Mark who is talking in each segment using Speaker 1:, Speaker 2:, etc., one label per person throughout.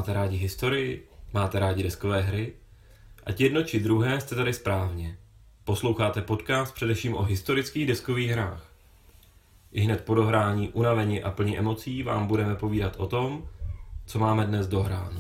Speaker 1: Máte rádi historii? Máte rádi deskové hry? Ať jedno či druhé jste tady správně. Posloucháte podcast především o historických deskových hrách. Ihned po dohrání, unavení a plní emocí vám budeme povídat o tom, co máme dnes dohráno.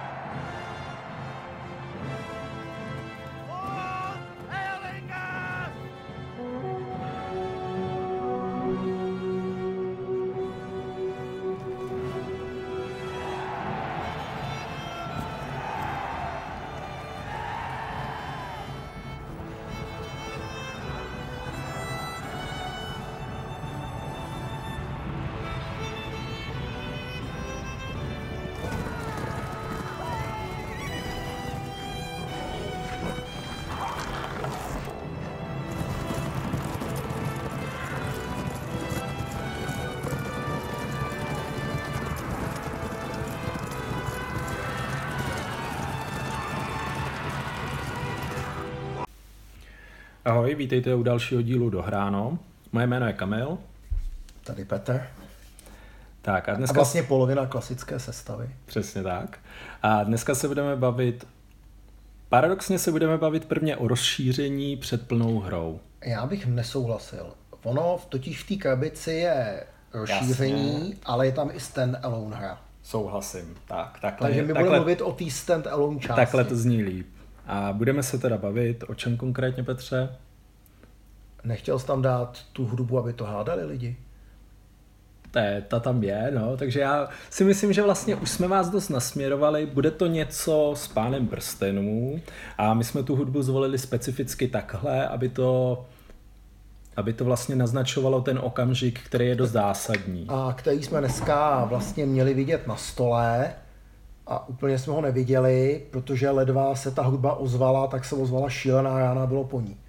Speaker 2: Ahoj, vítejte u dalšího dílu Dohráno. Moje jméno je Kamil.
Speaker 3: Tady Petr.
Speaker 2: Tak a dneska...
Speaker 3: A vlastně polovina klasické sestavy.
Speaker 2: Přesně tak. A dneska se budeme bavit... Paradoxně se budeme bavit prvně o rozšíření před plnou hrou.
Speaker 3: Já bych nesouhlasil. Ono totiž v té krabici je rozšíření, jasně, ale je tam i stand-alone hra.
Speaker 2: Souhlasím. Takže
Speaker 3: my budeme mluvit o té stand-alone části.
Speaker 2: Takhle to zní líp. A budeme se teda bavit, o čem konkrétně, Petře?
Speaker 3: Nechtěl jsi tam dát tu hudbu, aby to hádali lidi?
Speaker 2: Ta tam je, no, takže já si myslím, že vlastně už jsme vás dost nasměrovali, bude to něco s Pánem prstenů a my jsme tu hudbu zvolili specificky takhle, aby to vlastně naznačovalo ten okamžik, který je dost zásadní.
Speaker 3: A který jsme dneska vlastně měli vidět na stole a úplně jsme ho neviděli, protože ledva se ta hudba ozvala, tak se ozvala šílená rána, bylo po ní.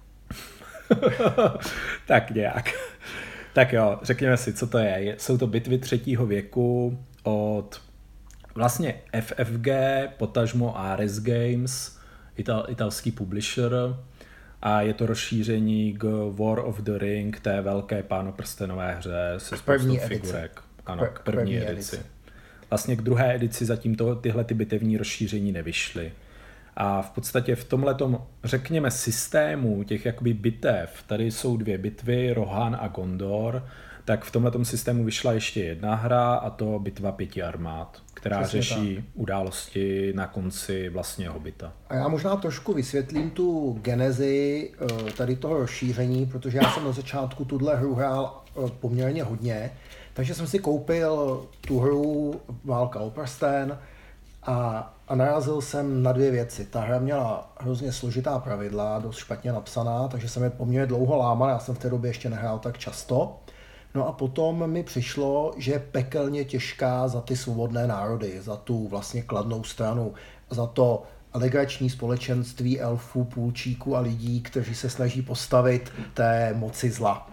Speaker 2: Tak nějak. Tak jo, řekněme si, co to je. Jsou to bitvy 3. věku od vlastně FFG, potažmo Ares Games, italský publisher, a je to rozšíření k War of the Ring, té velké pánoprstenové hře se spoustou figurek. Ano, k první edici. Vlastně k druhé edici zatím tyhle ty bitevní rozšíření nevyšly. A v podstatě v tomhletom, řekněme, systému těch jakoby bitev, tady jsou 2 bitvy, Rohan a Gondor, tak v tomhletom systému vyšla ještě jedna hra, a to Bitva 5 armád, která přesně řeší tak události na konci vlastně Hobita.
Speaker 3: A já možná trošku vysvětlím tu genezi tady toho rozšíření, protože já jsem na začátku tuhle hru hrál poměrně hodně, takže jsem si koupil tu hru Válka o prsten a narazil jsem na 2 věci. Ta hra měla hrozně složitá pravidla, dost špatně napsaná, takže jsem je poměrně dlouho lámal, já jsem v té době ještě nehrál tak často. No a potom mi přišlo, že je pekelně těžká za ty svobodné národy, za tu vlastně kladnou stranu, za to legrační společenství elfů, půlčíků a lidí, kteří se snaží postavit té moci zla.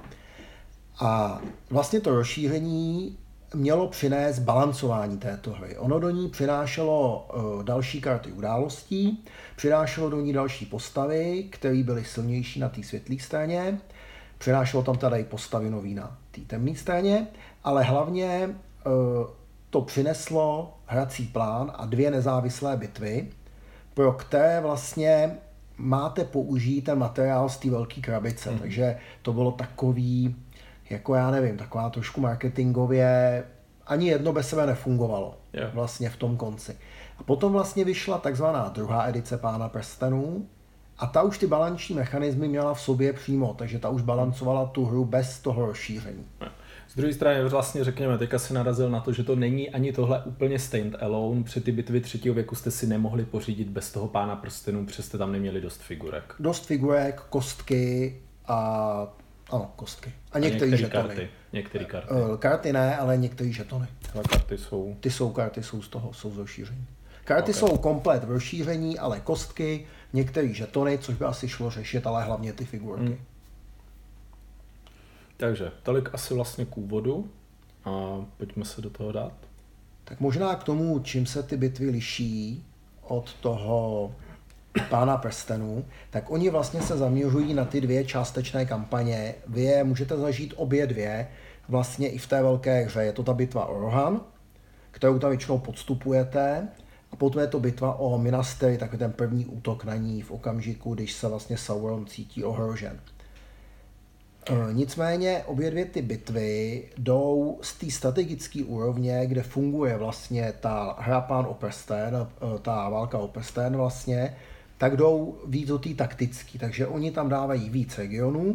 Speaker 3: A vlastně to rozšíření mělo přinést balancování této hry. Ono do ní přinášelo další karty událostí, přinášelo do ní další postavy, které byly silnější na té světlé straně, přinášelo tam tady postavy nový na té temné straně, ale hlavně to přineslo hrací plán a 2 nezávislé bitvy, pro které vlastně máte použít ten materiál z té velké krabice. Takže to bylo takový, jako já nevím, taková trošku marketingově, ani jedno bez sebe nefungovalo vlastně v tom konci. A potom vlastně vyšla takzvaná druhá edice Pána prstenů a ta už ty balanční mechanismy měla v sobě přímo, takže ta už balancovala tu hru bez toho rozšíření.
Speaker 2: Z druhé strany vlastně řekněme, teďka si narazil na to, že to není ani tohle úplně stand alone, při ty bitvy 3. věku jste si nemohli pořídit bez toho Pána prstenů, protože jste tam neměli dost figurek.
Speaker 3: Dost figurek, kostky a... Ano, kostky. A některé žetony.
Speaker 2: Některé karty.
Speaker 3: Karty ne, ale některé žetony.
Speaker 2: Ale karty jsou...
Speaker 3: Karty jsou z toho, jsou z rozšíření. Karty jsou komplet v rozšíření, ale kostky, některé žetony, což by asi šlo řešit, ale hlavně ty figurky.
Speaker 2: Takže tolik asi vlastně k úvodu a pojďme se do toho dát.
Speaker 3: Tak možná k tomu, čím se ty bitvy liší od toho Pána prstenů, tak oni vlastně se zaměřují na ty 2 částečné kampaně. Vy je můžete zažít obě 2 vlastně i v té velké hře. Je to ta bitva o Rohan kterou tam většinou podstupujete. A potom je to bitva o Minas Tirith, takový ten první útok na ní v okamžiku, když se vlastně Sauron cítí ohrožen. Nicméně obě dvě ty bitvy jdou z té strategické úrovně, kde funguje vlastně ta hra Pán o prsten, ta válka o prsten vlastně, tak jdou víc do té taktické. Takže oni tam dávají víc regionů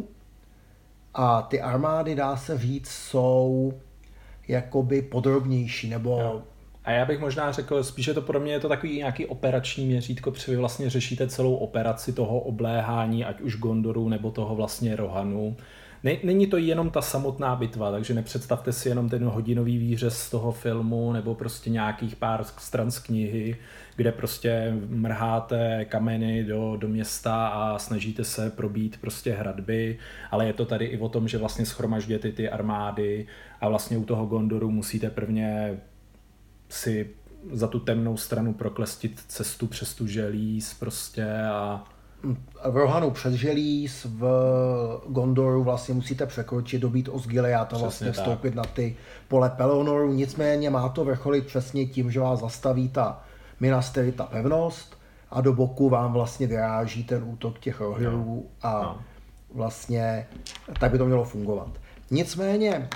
Speaker 3: a ty armády, dá se říct, jsou jakoby podrobnější, nebo...
Speaker 2: Jo. A já bych možná řekl, spíše to pro mě je to takový nějaký operační měřítko, protože vy vlastně řešíte celou operaci toho obléhání, ať už Gondoru nebo toho vlastně Rohanu. Není to jenom ta samotná bitva, takže nepředstavte si jenom ten hodinový výřez z toho filmu nebo prostě nějakých pár stran z knihy, kde prostě mrháte kameny do města a snažíte se probít prostě hradby, ale je to tady i o tom, že vlastně shromažďujete ty armády a vlastně u toho Gondoru musíte prvně si za tu temnou stranu proklestit cestu přes tu želíz prostě a...
Speaker 3: V Rohanu přes želíz, v Gondoru vlastně musíte překročit, dobít Osgiliath a vlastně vstoupit na ty pole Pelenoru. Nicméně má to vrcholit přesně tím, že vás zastaví ta Minas Tirith, ta pevnost, a do boku vám vlastně vyráží ten útok těch rohirů a vlastně tak by to mělo fungovat. Nicméně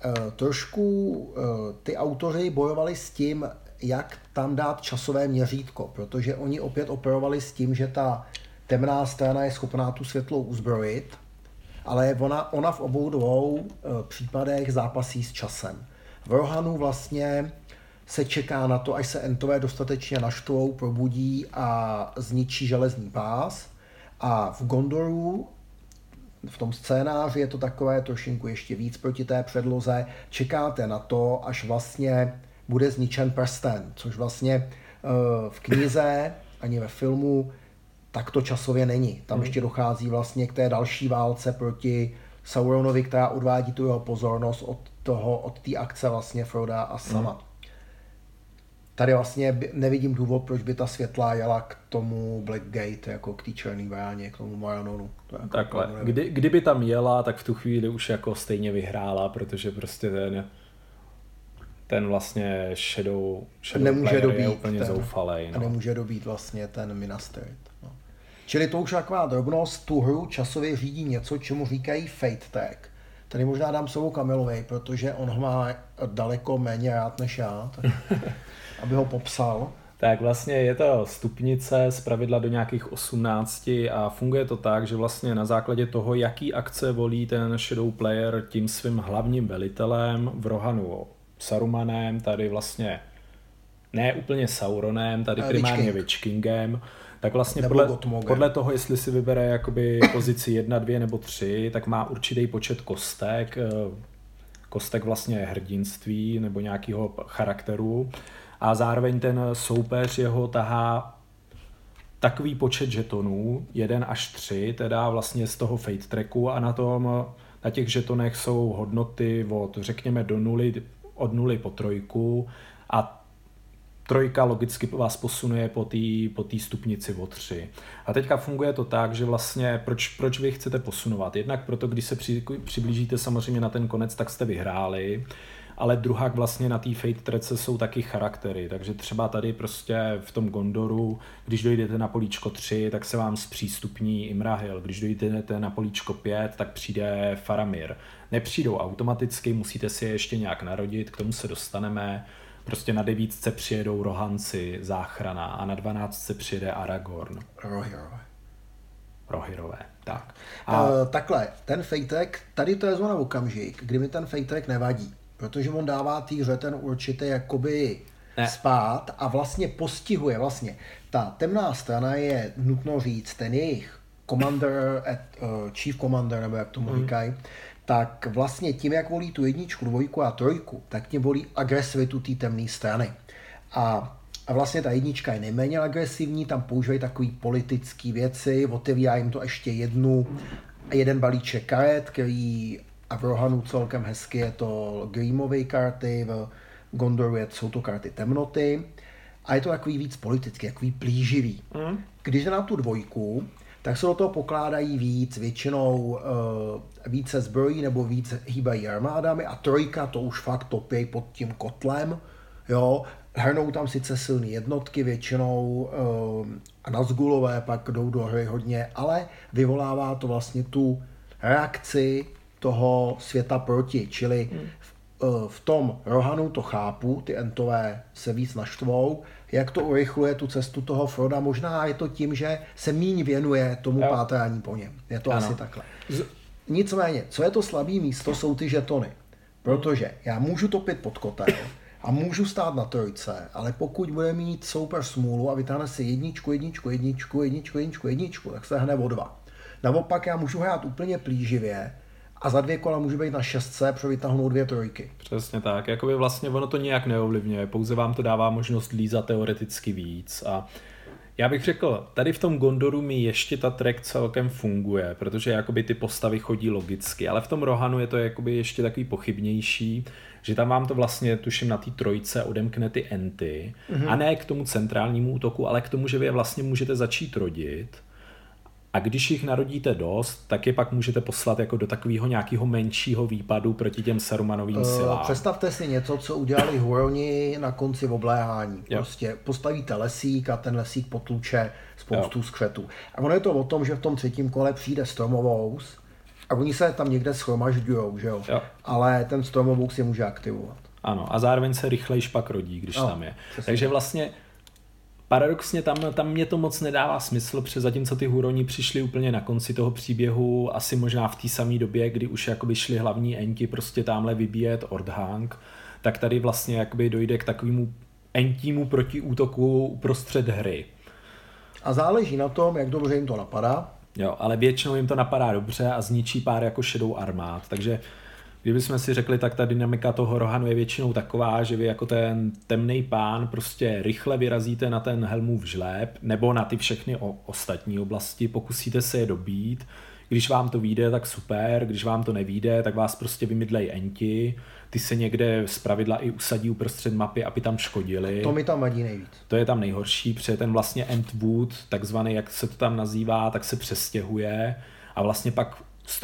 Speaker 3: trošku ty autoři bojovali s tím, jak tam dát časové měřítko, protože oni opět operovali s tím, že ta temná strana je schopná tu světlou uzbrojit, ale ona v obou dvou případech zápasí s časem. V Rohanu vlastně se čeká na to, až se Entové dostatečně naštvou, probudí a zničí železný pás, a v Gondoru v tom scénáři je to takové trošinku ještě víc proti té předloze. Čekáte na to, až vlastně bude zničen prsten, což vlastně v knize ani ve filmu tak to časově není. Tam ještě dochází vlastně k té další válce proti Sauronovi, která odvádí tu jeho pozornost od té akce vlastně Froda a Sama. Tady vlastně nevidím důvod, proč by ta světla jela k tomu Blackgate, jako k té černý bráně, k tomu Moranonu. To jako
Speaker 2: takhle. Kdyby tam jela, tak v tu chvíli už jako stejně vyhrála, protože prostě ten vlastně Shadow
Speaker 3: nemůže
Speaker 2: player je úplně zoufalej.
Speaker 3: No. A nemůže dobít vlastně ten Minas Tirith. No. Čili to už taková drobnost, tu hru časově řídí něco, čemu říkají Fate Tag. Tady možná dám slovo Kamilovi, protože on ho má daleko méně rád než já, tak, aby ho popsal.
Speaker 2: Tak vlastně je to stupnice zpravidla do nějakých 18 a funguje to tak, že vlastně na základě toho, jaký akce volí ten Shadow Player tím svým hlavním velitelem, v Rohanu Sarumanem, tady vlastně ne úplně Sauronem, tady primárně Witch Kingem, tak vlastně podle toho, jestli si vybere jakoby pozici 1, 2 nebo 3, tak má určitý počet kostek vlastně hrdinství nebo nějakého charakteru, a zároveň ten soupeř jeho tahá takový počet žetonů, 1 až 3, teda vlastně z toho Fate Tracku, a na těch žetonech jsou hodnoty od řekněme od 0 po 3 a 3 logicky vás posunuje po té stupnici o 3. A teďka funguje to tak, že vlastně proč vy chcete posunovat? Jednak proto, když se přiblížíte samozřejmě na ten konec, tak jste vyhráli, ale druhák vlastně na té Fate Trace jsou taky charaktery, takže třeba tady prostě v tom Gondoru, když dojdete na políčko 3, tak se vám zpřístupní Imrahil, když dojdete na políčko 5, tak přijde Faramir. Nepřijdou automaticky, musíte si je ještě nějak narodit, k tomu se dostaneme. Prostě na 9 přijedou Rohanci, záchrana, a na 12 přijede Aragorn. Rohirové, tak.
Speaker 3: Takhle, ten Fate Track, tady to je zóna okamžik, kdy mi ten Fate Track nevadí, protože on dává té hře ten určitý jakoby spát a vlastně postihuje vlastně. Ta temná strana je, nutno říct, ten jejich chief commander, nebo jak tomu říkají, tak vlastně tím, jak volí tu 1, 2 a 3, tak tím volí agresivitu té temné strany. A vlastně ta 1 je nejméně agresivní, tam používají takové politické věci, otevírá jim to ještě jeden balíček karet, který a v Rohanu celkem hezky je to Grimmové karty, v Gondoru jsou to karty temnoty a je to takový víc politický, takový plíživý. Když jde na tu 2, tak se do toho pokládají většinou více zbrojí nebo víc hýbají armádami, a 3 to už fakt topí pod tím kotlem, Jo, hrnou tam sice silné jednotky většinou a Nazgulové pak jdou do hry hodně, ale vyvolává to vlastně tu reakci toho světa proti, čili v tom Rohanu to chápu, ty Entové se víc naštvou, jak to urychluje tu cestu toho Froda, možná je to tím, že se míň věnuje tomu pátrání po něm, je to asi takhle. Nicméně, co je to slabý místo, jsou ty žetony, protože já můžu topit pod kotem a můžu stát na trojce, ale pokud bude mít soupeř smůlu a vytáhne si jedničku, tak se hne o 2. Naopak já můžu hrát úplně plíživě a za 2 kola můžu být na 6, protože vytáhnout 2 trojky.
Speaker 2: Přesně tak, jakoby vlastně ono to nijak neovlivňuje, pouze vám to dává možnost lízat teoreticky víc a já bych řekl, tady v tom Gondoru mi ještě ta track celkem funguje, protože jakoby ty postavy chodí logicky, ale v tom Rohanu je to jakoby ještě takový pochybnější, že tam vám to vlastně, tuším, na té trojce odemkne ty enty a ne k tomu centrálnímu útoku, ale k tomu, že vy je vlastně můžete začít rodit. A když jich narodíte dost, tak je pak můžete poslat jako do takového nějakého menšího výpadu proti těm Sarumanovým silám.
Speaker 3: Představte si něco, co udělali Huroni na konci obléhání. Prostě postavíte lesík a ten lesík potluče spoustu skřetů. A ono je to o tom, že v tom 3. kole přijde Stormovous a oni se tam někde shromažďujou, že jo? Ale ten Stormovous je může aktivovat.
Speaker 2: Ano, a zároveň se rychlejš pak rodí, když tam je. Přesně. Takže vlastně paradoxně tam mě to moc nedává smysl, protože zatímco ty Huroni přišli úplně na konci toho příběhu, asi možná v té samé době, kdy už jakoby šli hlavní enti prostě tamhle vybíjet Ordhang, tak tady vlastně jakoby dojde k takovému entímu protiútoku uprostřed hry.
Speaker 3: A záleží na tom, jak dobře jim to napadá.
Speaker 2: Jo, ale většinou jim to napadá dobře a zničí pár jako Shadow armád, takže kdybychom si řekli, tak ta dynamika toho Rohanu je většinou taková, že vy jako ten temnej pán prostě rychle vyrazíte na ten Helmův žleb nebo na ty všechny ostatní oblasti, pokusíte se je dobít. Když vám to vyjde, tak super, když vám to nevyjde, tak vás prostě vymydlej enti, ty se někde zpravidla i usadí uprostřed mapy, aby tam škodili.
Speaker 3: To mi tam vadí nejvíc.
Speaker 2: To je tam nejhorší, protože ten vlastně Entwood, takzvaný, jak se to tam nazývá, tak se přestěhuje a vlastně pak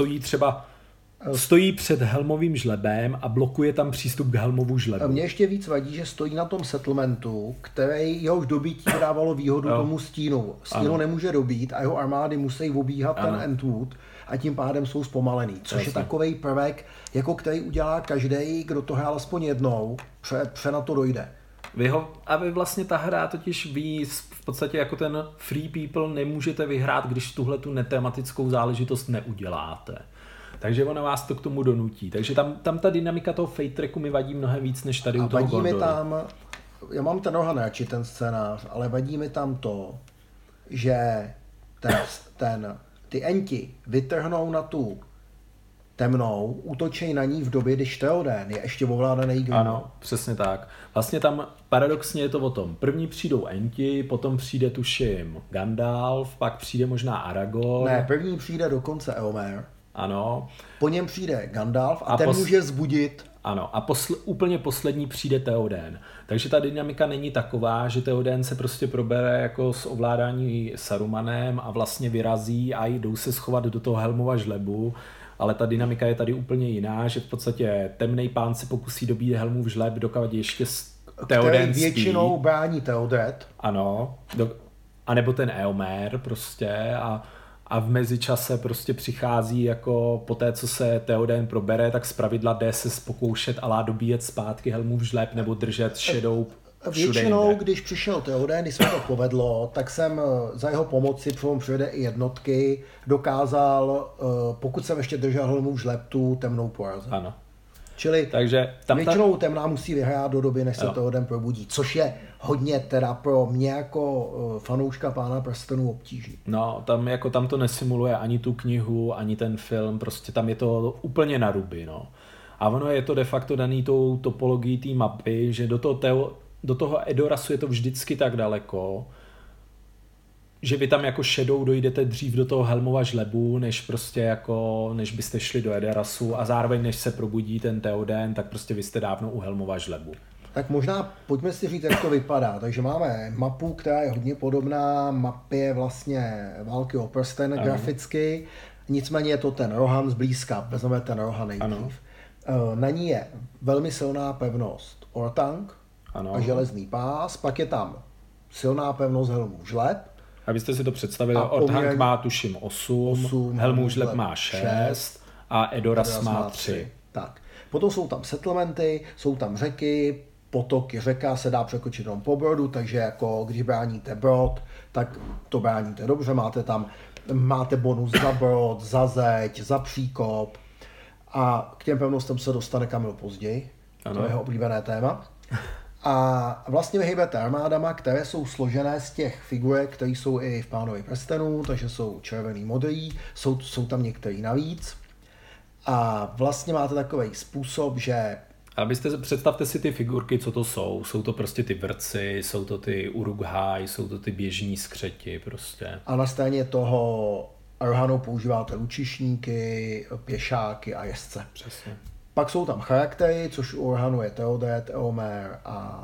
Speaker 2: stojí před Helmovým žlebem a blokuje tam přístup k Helmovu žlebu.
Speaker 3: Mně ještě víc vadí, že stojí na tom settlementu, který jehož dobití dávalo výhodu tomu stínu. Stínu nemůže dobít a jeho armády musí obíhat ten Entwood a tím pádem jsou zpomalený. Což je takovej prvek, jako který udělá každý, kdo to hrál aspoň jednou, pře na to dojde.
Speaker 2: Vy vlastně ta hra totiž ví v podstatě jako ten free people nemůžete vyhrát, když tuhle tu netematickou záležitost neuděláte. Takže ona vás to k tomu donutí. Takže tam ta dynamika toho Fate tracku mi vadí mnohem víc, než tady u toho Gondoru.
Speaker 3: Vadí mi tam, já mám ten Rohan radši, ten scénář, ale vadí mi tam to, že ty enti vytrhnou na tu temnou, útočí na ní v době, když Theoden je ještě ovládaný Green.
Speaker 2: Ano, přesně tak. Vlastně tam paradoxně je to o tom. První přijdou enti, potom přijde tuším Gandalf, pak přijde možná Aragorn.
Speaker 3: Ne, první přijde dokonce Eomer.
Speaker 2: Ano.
Speaker 3: Po něm přijde Gandalf a ten může vzbudit.
Speaker 2: Ano, a úplně poslední přijde Theoden. Takže ta dynamika není taková, že Theoden se prostě probere jako s ovládání Sarumanem a vlastně vyrazí a jdou se schovat do toho Helmova žlebu, ale ta dynamika je tady úplně jiná, že v podstatě temnej pán se pokusí dobít Helmův žleb, dokud ještě Theoden spí.
Speaker 3: Většinou brání Theoden.
Speaker 2: Ano, a nebo ten Eomer prostě a v mezičase prostě přichází jako po té, co se Theoden probere, tak zpravidla jde se pokoušet alá dobíjet zpátky Helmův žleb nebo držet Shadow
Speaker 3: Většinou, když přišel Theoden, když se to povedlo, tak jsem za jeho pomoci, přivede i jednotky, dokázal, pokud jsem ještě držel Helmův žleb, tu temnou porazit.
Speaker 2: Ano.
Speaker 3: Čili
Speaker 2: takže
Speaker 3: většinou temná musí vyhrát do doby, než se Theoden probudí, což je hodně teda pro mě jako fanouška Pána prstenů obtíží.
Speaker 2: No, tam to nesimuluje ani tu knihu, ani ten film, prostě tam je to úplně na ruby, no. A ono je to de facto daný tou topologií té mapy, že do toho Edorasu je to vždycky tak daleko, že vy tam jako Shadow dojdete dřív do toho Helmova žlebu, než byste šli do Edorasu a zároveň než se probudí ten Theoden, tak prostě vy jste dávno u Helmova žlebu.
Speaker 3: Tak možná pojďme si říct, jak to vypadá. Takže máme mapu, která je hodně podobná mapě vlastně Války o prsten graficky, nicméně je to ten Rohan zblízka, vezmeme ten Rohan nejdřív. Na ní je velmi silná pevnost Orthanc,
Speaker 2: Ano.
Speaker 3: a železný pás, pak je tam silná pevnost helmů žleb.
Speaker 2: Abyste si to představili,
Speaker 3: A
Speaker 2: Orthanc má tuším 8, Helmut žleb má 6 a Edoras má 3.
Speaker 3: Tak. Potom jsou tam settlementy, jsou tam řeky, potoky, řeka se dá překočit jenom po brodu, takže jako když bráníte brod, tak to bráníte dobře, máte bonus za brod, za zeď, za příkop a k těm pevnostem se dostane Kamil později,
Speaker 2: Ano.
Speaker 3: to je jeho oblíbené téma. A vlastně vyhýbete armádama, které jsou složené z těch figurek, které jsou i v Pánovi prstenů, takže jsou červený, modrý, jsou tam některý navíc. A vlastně máte takový způsob, že...
Speaker 2: Představte si ty figurky, co to jsou. Jsou to prostě ty vrci, jsou to ty Uruk-hai, jsou to ty běžní skřeti prostě.
Speaker 3: A na straně toho Arhanu používáte lučišníky, pěšáky a jezdce.
Speaker 2: Přesně.
Speaker 3: Pak jsou tam charaktery, což u Orhanu je Theoden, Eomer a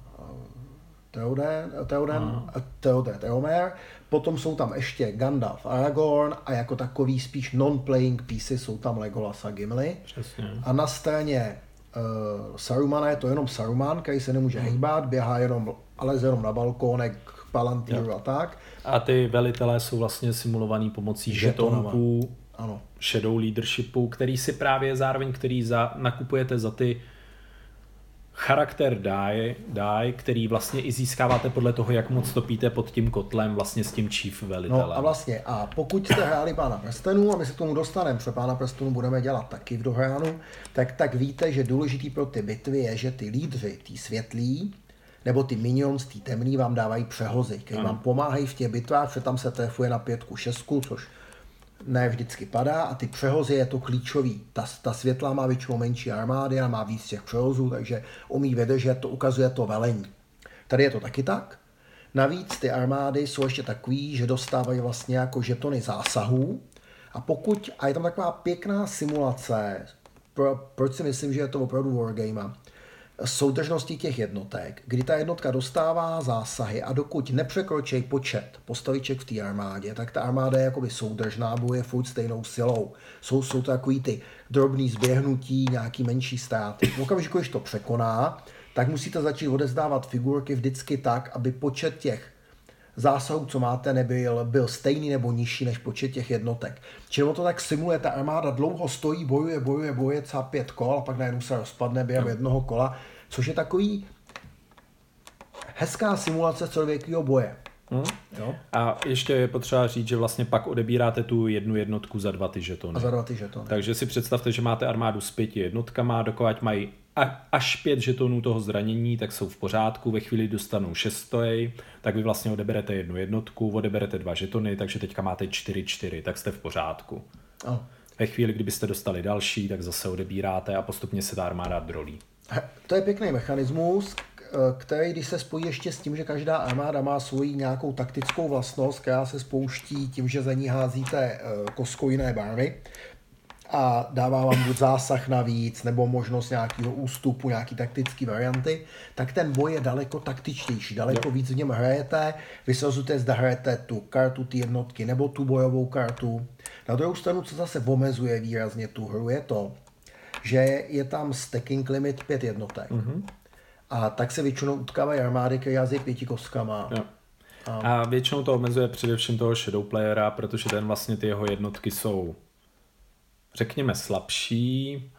Speaker 3: Theomer. Potom jsou tam ještě Gandalf, Aragorn a jako takový spíš non-playing pieces jsou tam Legolas a Gimli.
Speaker 2: Přesně.
Speaker 3: A na straně Sarumana je to jenom Saruman, který se nemůže hýbat, běhá jenom, ale jenom na balkónek, Palantíru a tak.
Speaker 2: A ty velitelé jsou vlastně simulovaný pomocí
Speaker 3: Žetonama.
Speaker 2: žetonků,
Speaker 3: Ano.
Speaker 2: shadow leadershipu, který si právě zároveň, nakupujete za ty charakter die, který vlastně i získáváte podle toho, jak moc topíte pod tím kotlem vlastně s tím chief velitelem.
Speaker 3: No a vlastně, a pokud jste hráli Pána prstenů, a my se k tomu dostaneme, protože Pána prstenů budeme dělat taky v dohránu, tak víte, že důležitý pro ty bitvy je, že ty lídři, ty světlí, nebo ty minions, ty temný vám dávají přehozy, který vám pomáhají v těch bitvách, protože tam se trefuje na 5, 6, což ne vždycky padá a ty přehozy je to klíčový. Ta světlá má většinou menší armády a má víc těch přehozů, takže umí vydržet, to ukazuje to velení. Tady je to taky tak. Navíc ty armády jsou ještě takový, že dostávají vlastně jako žetony zásahů a je tam taková pěkná simulace, proč si myslím, že je to opravdu wargame, soudržnosti těch jednotek, kdy ta jednotka dostává zásahy a dokud nepřekročí počet postaviček v té armádě, tak ta armáda je jakoby soudržná, bojuje furt stejnou silou. Jsou to takový ty drobný zběhnutí, nějaký menší ztráty. V okamžiku, když to překoná, tak musíte začít odezdávat figurky vždycky tak, aby počet těch zásahů, co máte, byl stejný nebo nižší než počet těch jednotek. Čili to tak simuluje, ta armáda dlouho stojí, bojuje třeba 5 kol a pak najednou se rozpadne během jednoho kola, což je takový hezká simulace středověkého boje. Jo?
Speaker 2: A ještě je potřeba říct, že vlastně pak odebíráte tu jednu jednotku za 2 ty žetony.
Speaker 3: A za 2 ty žetony.
Speaker 2: Takže si představte, že máte armádu s 5 jednotkama, dokud mají až 5 žetonů toho zranění, tak jsou v pořádku. Ve chvíli dostanou 6, tak vy vlastně odeberete jednu jednotku, odeberete 2 žetony, takže teďka máte 4, tak jste v pořádku.
Speaker 3: Ano.
Speaker 2: Ve chvíli, kdybyste dostali další, tak zase odebíráte a postupně se ta armáda drolí.
Speaker 3: To je pěkný mechanismus, který, když se spojí ještě s tím, že každá armáda má svoji nějakou taktickou vlastnost, která se spouští tím, že za ní házíte kostkou jiné barvy a dává vám buď zásah navíc, nebo možnost nějakého ústupu, nějaký taktický varianty, tak ten boj je daleko taktičtější, daleko víc v něm hrajete, vy se rozhodujete, zda hrajete tu kartu, ty jednotky, nebo tu bojovou kartu. Na druhou stranu, co zase omezuje výrazně tu hru, je to, že je tam stacking limit 5 jednotek. A tak se většinou utkávají armády, které jazdí 5 kostkama.
Speaker 2: Jo. A většinou to omezuje především toho shadow playera, protože ten vlastně ty jeho jednotky jsou, řekněme, slabší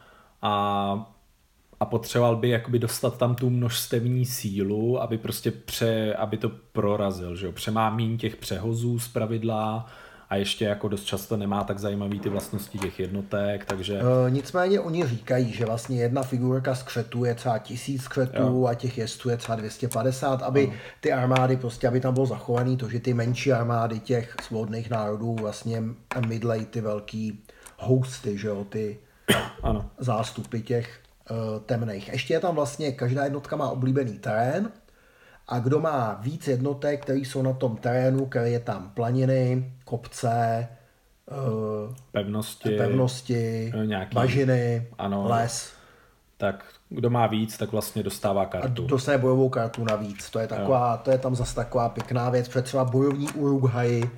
Speaker 2: a potřeboval by jakoby dostat tam tu množstevní sílu, aby prostě aby to prorazil, že jo. Přemá míň těch přehozů z pravidla a ještě jako dost často nemá tak zajímavý ty vlastnosti těch jednotek, takže...
Speaker 3: Nicméně oni říkají, že vlastně jedna figurka skřetů je třeba 1000 skřetů a těch jezdců je třeba 250, aby ty armády prostě, aby tam bylo zachovaný to, že ty menší armády těch svobodných národů vlastně mydlejí ty velký hosty, že jo, ty zástupy těch temných. Ještě je tam vlastně, každá jednotka má oblíbený terén a kdo má víc jednotek, které jsou na tom terénu, který je tam planiny, kopce, pevnosti nějaký, bažiny, les.
Speaker 2: Tak kdo má víc, tak vlastně dostává kartu.
Speaker 3: A dostane bojovou kartu navíc. To je tam zase taková pěkná věc, protože třeba bojovní Uruk-hai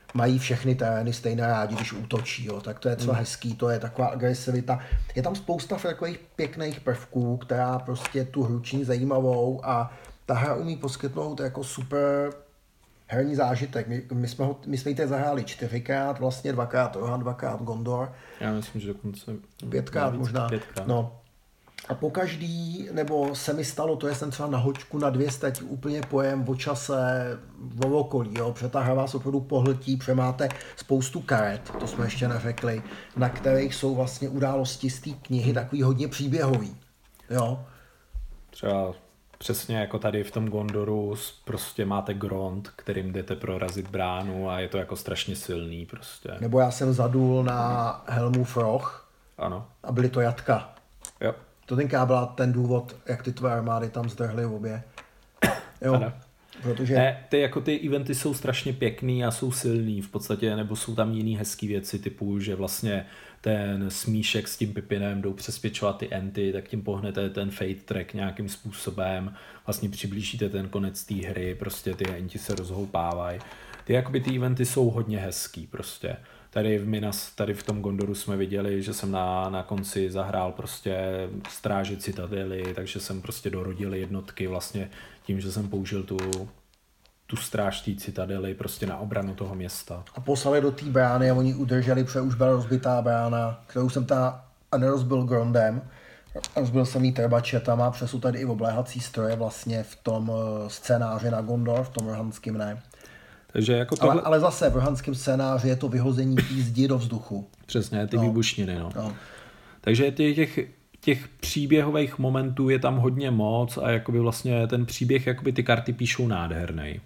Speaker 3: mají všechny terény stejné rádi, když útočí, jo. Tak to je třeba hezký, to je taková agresivita. Je tam spousta takových pěkných prvků, která prostě tu hru činí zajímavou a ta hra umí poskytnout jako super herní zážitek. My jsme ji teď zahráli 4krát, vlastně 2krát Rohan, 2krát Gondor.
Speaker 2: Já myslím, že dokonce
Speaker 3: 5krát možná.
Speaker 2: 5krát.
Speaker 3: No. A pokaždý, nebo se mi stalo, to je jsem třeba na hoďku na 200, úplně pojem o čase, o okolí, jo, protože ta hra vás opravdu pohltí, protože máte spoustu karet, to jsme ještě neřekli, na kterých jsou vlastně události z té knihy takový hodně příběhový, jo.
Speaker 2: Třeba přesně jako tady v tom Gondoru prostě máte Grond, kterým jdete prorazit bránu a je to jako strašně silný prostě.
Speaker 3: Nebo já jsem zadul na Helmu Froch
Speaker 2: Ano.
Speaker 3: a byly to jatka.
Speaker 2: Jo.
Speaker 3: To tenkrát byla ten důvod, jak ty tvé armády tam zdrhly obě. Jo,
Speaker 2: Ano.
Speaker 3: protože...
Speaker 2: Ne, ty eventy jsou strašně pěkný a jsou silný v podstatě, nebo jsou tam jiný hezký věci typu, že vlastně ten smíšek s tím Pipinem jdou přesvědčovat ty enty, tak tím pohnete ten fate track nějakým způsobem, vlastně přiblížíte ten konec té hry, prostě ty enti se rozhoupávají. Ty eventy jsou hodně hezký prostě. Tady v tom Gondoru jsme viděli, že jsem na konci zahrál prostě stráže citadely, takže jsem prostě dorodil jednotky vlastně tím, že jsem použil tu stráž té citadely prostě na obranu toho města.
Speaker 3: A poslali do té brány a oni udrželi, protože už byla rozbitá brána, kterou jsem a nerozbil Grondem. Rozbil jsem jí trbačetama, přesu tady i obléhací stroje vlastně v tom scénáři na Gondor, v tom rohanském ne.
Speaker 2: Takže jako
Speaker 3: ale zase v rohanském scénáři je to vyhození té zdi do vzduchu.
Speaker 2: Přesně, ty výbušniny. No.
Speaker 3: No.
Speaker 2: Takže těch příběhových momentů je tam hodně moc a jakoby vlastně ten příběh, jakoby ty karty píšou nádhernej.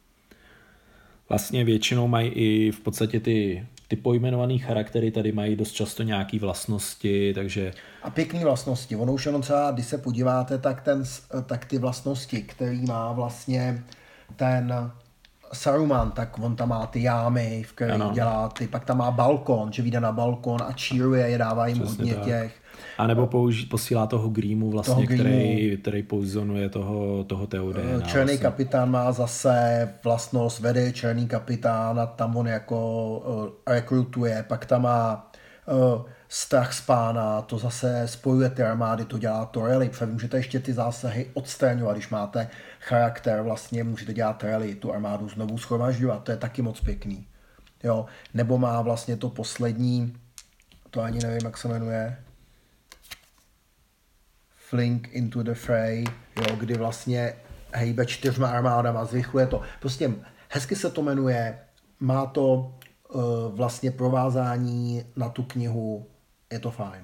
Speaker 2: Vlastně většinou mají i v podstatě ty pojmenované charaktery tady mají dost často nějaké vlastnosti, takže...
Speaker 3: A pěkné vlastnosti. Ono už jenom třeba, když se podíváte, tak ty vlastnosti, který má vlastně ten Saruman, tak on tam má ty jámy, v kterých dělá pak tam má balkon, že vyjde na balkon a cheeruje je, dává jim hodně tak. Těch.
Speaker 2: A nebo posílá toho Grímu vlastně, který poisonuje toho Theodena.
Speaker 3: Černý
Speaker 2: vlastně.
Speaker 3: kapitán má zase vlastnost, vede černý kapitán a tam on jako rekrutuje, pak tam má strach z pána, to zase spojuje ty armády, to dělá to rally, protože můžete ještě ty zásahy odstraňovat, když máte charakter, vlastně můžete dělat rally, tu armádu znovu shromažďovat, to je taky moc pěkný. Jo? Nebo má vlastně to poslední, to ani nevím, jak se jmenuje, Flink into the Fray, jo, kdy vlastně hejbe 4 armádama, zrychluje to. Prostě hezky se to jmenuje, má to vlastně provázání na tu knihu, je to fajn.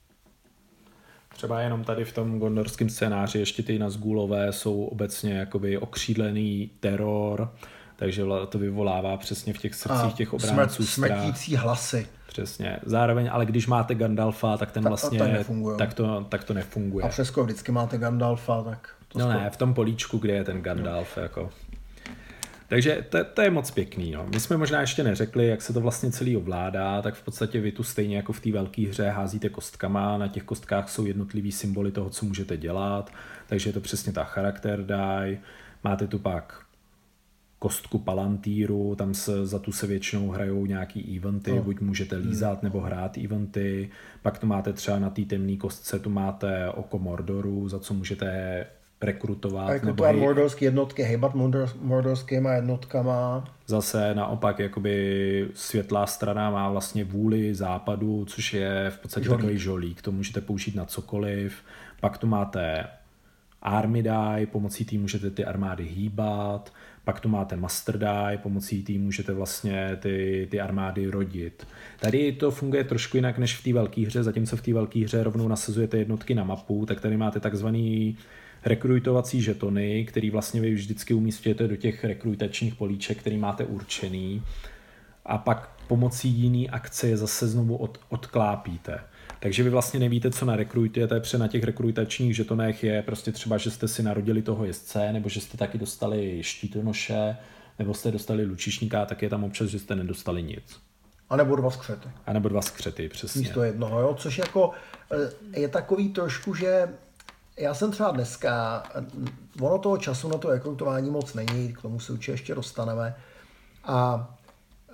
Speaker 2: Třeba jenom tady v tom gondorském scénáři ještě ty Nazgûlové jsou obecně jakoby okřídlený teror, takže to vyvolává přesně v těch srdcích těch obránců
Speaker 3: smrtící hlasy.
Speaker 2: Přesně. Zároveň, ale když máte Gandalfa, tak ten vlastně tak to nefunguje.
Speaker 3: A přesko vždycky máte Gandalfa, tak to
Speaker 2: ne, v tom políčku, kde je ten Gandalf, jako. Takže to je moc pěkný. No. My jsme možná ještě neřekli, jak se to vlastně celý ovládá, tak v podstatě vy tu stejně jako v té velké hře házíte kostkama, na těch kostkách jsou jednotlivý symboly toho, co můžete dělat, takže je to přesně ta charakter die, máte tu pak kostku Palantíru, tam za tu se většinou hrajou nějaký eventy, buď můžete lízat nebo hrát eventy, pak tu máte třeba na té temné kostce, tu máte oko Mordoru, za co můžete rekrutovat.
Speaker 3: Rekrutovat mordorské jednotky, hejbat mordorskýma jednotkama.
Speaker 2: Zase naopak, jakoby světlá strana má vlastně vůli západu, což je v podstatě takový žolík, to můžete použít na cokoliv. Pak tu máte Army Die, pomocí tý můžete ty armády hýbat, pak tu máte Master Die, pomocí tý můžete vlastně ty armády rodit. Tady to funguje trošku jinak než v té velké hře, zatímco v té velké hře rovnou nasazujete jednotky na mapu, tak tady máte takzvaný rekrutovací žetony, který vlastně vy vždycky umístíte do těch rekrutačních políček, který máte určený a pak pomocí jiný akce je zase znovu odklápíte. Takže vy vlastně nevíte, co narekrutujete, protože na těch rekrutačních žetonech je prostě třeba, že jste si narodili toho jezdce, nebo že jste taky dostali štítonoše, nebo jste dostali lučišníka, tak je tam občas, že jste nedostali nic.
Speaker 3: A nebo 2 skřety.
Speaker 2: A nebo 2 skřety, přesně.
Speaker 3: Místo jednoho, jo, což jako je takový trošku, že já jsem třeba dneska, ono toho času na to rekrutování moc není, k tomu se určitě ještě dostaneme, a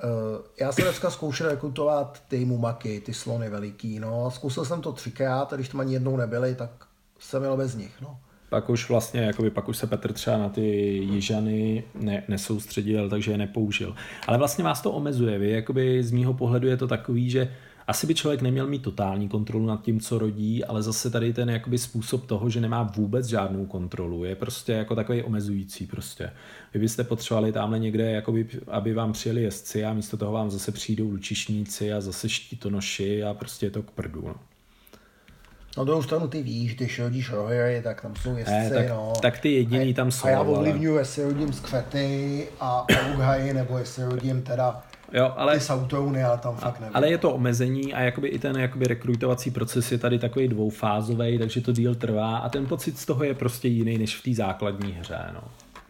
Speaker 3: Já jsem dneska zkoušel rekrutovat ty mumaky, ty slony veliký, no. Zkusil jsem to 3krát a když tam ani jednou nebyli, tak jsem jel bez nich, no.
Speaker 2: Pak už vlastně, pak už se Petr třeba na ty jižany nesoustředil, takže je nepoužil. Ale vlastně vás to omezuje, vy, jakoby z mýho pohledu je to takový, že asi by člověk neměl mít totální kontrolu nad tím, co rodí, ale zase tady ten jakoby způsob toho, že nemá vůbec žádnou kontrolu, je prostě jako takový omezující prostě. Vy byste potřebovali tamhle někde, jakoby, aby vám přijeli jezdci a místo toho vám zase přijdou lučišníci a zase štítonoši a prostě je to k prdu. No.
Speaker 3: Na druhou stranu ty víš, když rodíš rohery, tak tam jsou jezdci, no.
Speaker 2: Tak ty jediný tam jsou.
Speaker 3: A já ovlivňuji, jestli rodím skvety a lughaji, nebo jestli rodím teda
Speaker 2: jo, ale,
Speaker 3: ty sautouny, ale tam fakt nevím.
Speaker 2: Ale je to omezení a jakoby i ten jakoby rekrutovací proces je tady takový dvoufázový, takže to díl trvá a ten pocit z toho je prostě jiný než v té základní hře. No.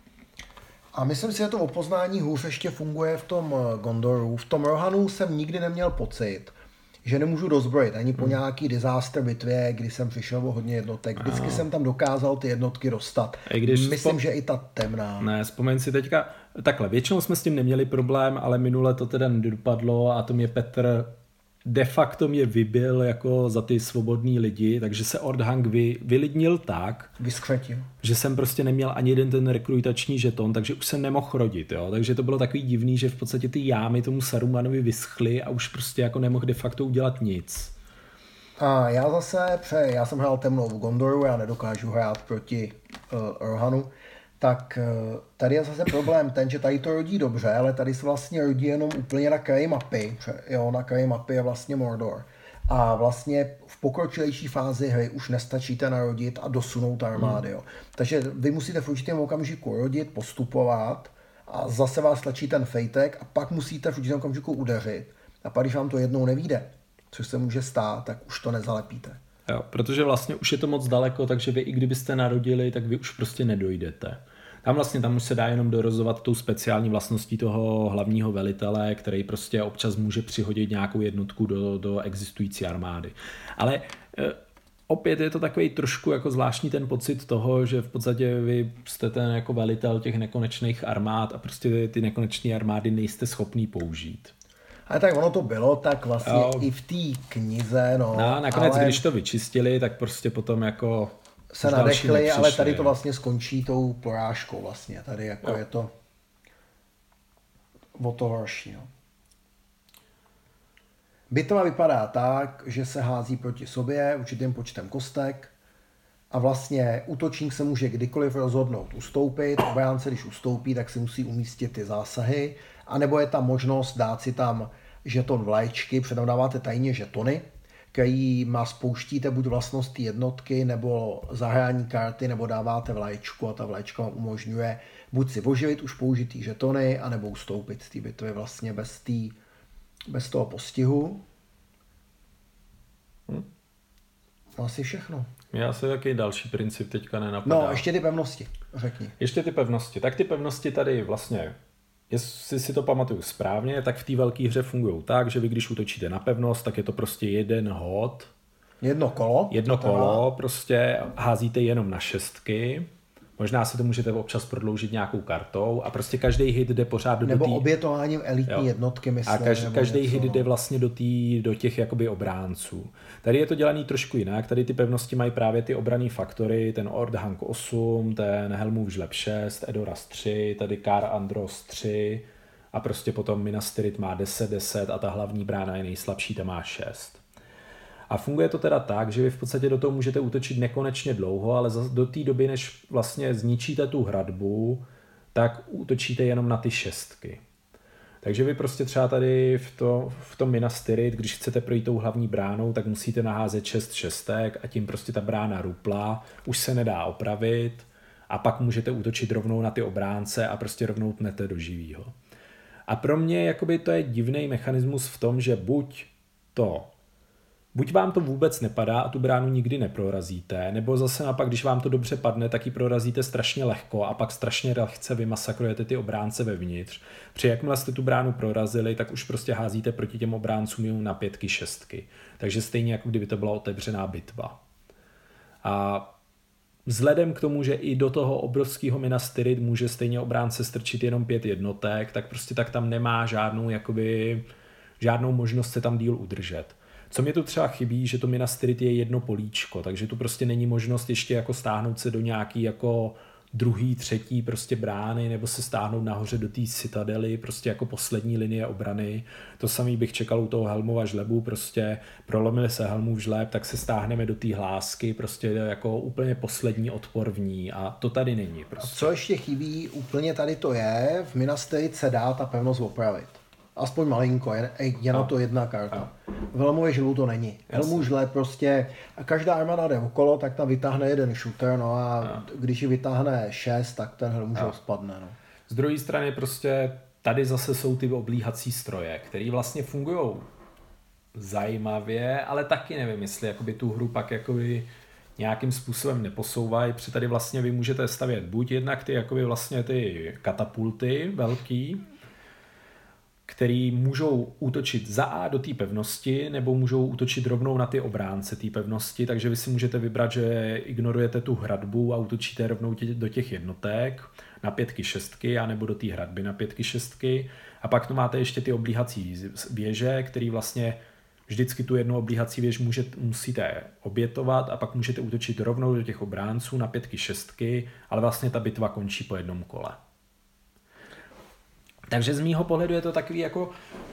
Speaker 3: A myslím si, že to opoznání hůř ještě funguje v tom Gondoru. V tom Rohanu jsem nikdy neměl pocit, že nemůžu dozbrojit ani po nějaký disaster bitvě, kdy jsem přišel o hodně jednotek. Vždycky jsem tam dokázal ty jednotky dostat. Myslím, že i ta temná.
Speaker 2: Ne, vzpomeň si teďka, takhle, většinou jsme s tím neměli problém, ale minule to teda nedopadlo a to mě Petr de facto mě vybil jako za ty svobodný lidi, takže se Ordhang vylidnil tak,
Speaker 3: vyskřetil,
Speaker 2: že jsem prostě neměl ani jeden ten rekrutační žeton, takže už jsem nemohl rodit, jo? Takže to bylo takový divný, že v podstatě ty jámy tomu Sarumanovi vyschly a už prostě jako nemohl de facto udělat nic.
Speaker 3: A já jsem hrál temnou v Gondoru, já nedokážu hrát proti Rohanu, tak tady je zase problém ten, že tady to rodí dobře, ale tady se vlastně rodí jenom úplně na kraji mapy. Jo, na kraji mapy je vlastně Mordor. A vlastně v pokročilejší fázi hry už nestačíte narodit a dosunout armády. Jo. Takže vy musíte v určitém okamžiku rodit, postupovat a zase vás tlačí ten fejtek a pak musíte v určitém okamžiku udeřit. A pak, když vám to jednou nevyjde, což se může stát, tak už to nezalepíte.
Speaker 2: Jo, protože vlastně už je to moc daleko, takže vy i kdybyste narodili, tak vy už prostě nedojdete. Tam už se dá jenom dorozovat tou speciální vlastností toho hlavního velitele, který prostě občas může přihodit nějakou jednotku do existující armády. Ale opět je to takový trošku jako zvláštní ten pocit toho, že v podstatě vy jste ten jako velitel těch nekonečných armád a prostě ty nekonečné armády nejste schopný použít.
Speaker 3: Ale tak ono to bylo tak vlastně i v té knize, no.
Speaker 2: Nakonec, když to vyčistili, tak prostě potom jako
Speaker 3: se nadechli, ale tady to vlastně skončí tou porážkou vlastně. Tady jako je to o to horší, no. Bitva vypadá tak, že se hází proti sobě určitým počtem kostek a vlastně útočník se může kdykoliv rozhodnout ustoupit. Obránce, když ustoupí, tak si musí umístit ty zásahy, anebo je tam možnost dát si tam žeton vlaječky, předáváte tajně žetony, který má spouštíte buď vlastnost té jednotky, nebo zahrání karty, nebo dáváte vlaječku a ta vlaječka vám umožňuje buď si oživit už použitý žetony, anebo ustoupit z té bitvy vlastně bez toho postihu. Asi všechno.
Speaker 2: Já se jaký další princip teďka nenapadá.
Speaker 3: No, ještě ty pevnosti, řekni.
Speaker 2: Ještě ty pevnosti. Tak ty pevnosti tady vlastně, jestli si to pamatuju správně, tak v té velké hře fungují tak, že vy když útočíte na pevnost, tak je to prostě jeden hod.
Speaker 3: Jedno kolo,
Speaker 2: prostě házíte jenom na šestky. Možná si to můžete občas prodloužit nějakou kartou a prostě každý hit jde pořád do
Speaker 3: nebo obětováním elitní jednotky, myslím.
Speaker 2: A každý hit jde vlastně do těch jakoby obránců. Tady je to dělaný trošku jinak, tady ty pevnosti mají právě ty obranný faktory, ten Ordhang 8, ten Helmův žleb 6, Edoras 3, tady Kar Andros 3 a prostě potom Minas Tirith má 10 a ta hlavní brána je nejslabší, ta má 6. A funguje to teda tak, že vy v podstatě do toho můžete útočit nekonečně dlouho, ale do té doby, než vlastně zničíte tu hradbu, tak útočíte jenom na ty šestky. Takže vy prostě třeba tady v tom Minas Tirith, když chcete projít tou hlavní bránou, tak musíte naházet 6 šestek a tím prostě ta brána rupla, už se nedá opravit a pak můžete útočit rovnou na ty obránce a prostě rovnou tnete do živýho. A pro mě jakoby to je divný mechanismus v tom, že buď vám to vůbec nepadá a tu bránu nikdy neprorazíte, nebo zase naopak, když vám to dobře padne, tak ji prorazíte strašně lehko a pak strašně lehce vymasakrujete ty obránce vevnitř. Při jakmile jste tu bránu prorazili, tak už prostě házíte proti těm obráncům jenom na 5, 6. Takže stejně jako kdyby to byla otevřená bitva. A vzhledem k tomu, že i do toho obrovského Minas Tirith může stejně obránce strčit jenom 5 jednotek, tak prostě tak tam nemá žádnou možnost se tam díl udržet. Co mě tu třeba chybí, že to Minas Tirith je jedno políčko, takže tu prostě není možnost ještě jako stáhnout se do nějaký jako druhý, třetí prostě brány nebo se stáhnout nahoře do té citadely, prostě jako poslední linie obrany. To samý bych čekal u toho Helmova žlebu, prostě prolomili se Helmův žleb, tak se stáhneme do té hlásky, prostě jako úplně poslední odpor v ní a to tady není. Prostě.
Speaker 3: A co ještě chybí, úplně tady to je, v Minas Tirith se dá ta pevnost opravit. Aspoň malinko, je na to jedna karta. V Helmově žlu to není. Helmův žleb prostě, a každá armáda jde okolo, tak tam vytáhne jeden shooter, no a když ji vytáhne 6, tak ten Helmův žleb spadne. No.
Speaker 2: Z druhé strany prostě tady zase jsou ty oblíhací stroje, které vlastně fungují zajímavě, ale taky nevím, jestli jakoby tu hru pak jakoby nějakým způsobem neposouvají, protože tady vlastně vy můžete stavět buď jednak ty jakoby vlastně ty katapulty velký, který můžou útočit za A do té pevnosti, nebo můžou útočit rovnou na ty obránce té pevnosti, takže vy si můžete vybrat, že ignorujete tu hradbu a útočíte rovnou do těch jednotek na 5, 6, anebo do té hradby na 5, 6. A pak tu máte ještě ty oblíhací věže, který vlastně vždycky tu jednu oblíhací věž musíte obětovat a pak můžete útočit rovnou do těch obránců na 5, 6, ale vlastně ta bitva končí po jednom kole. Takže z mýho pohledu je to takový jako...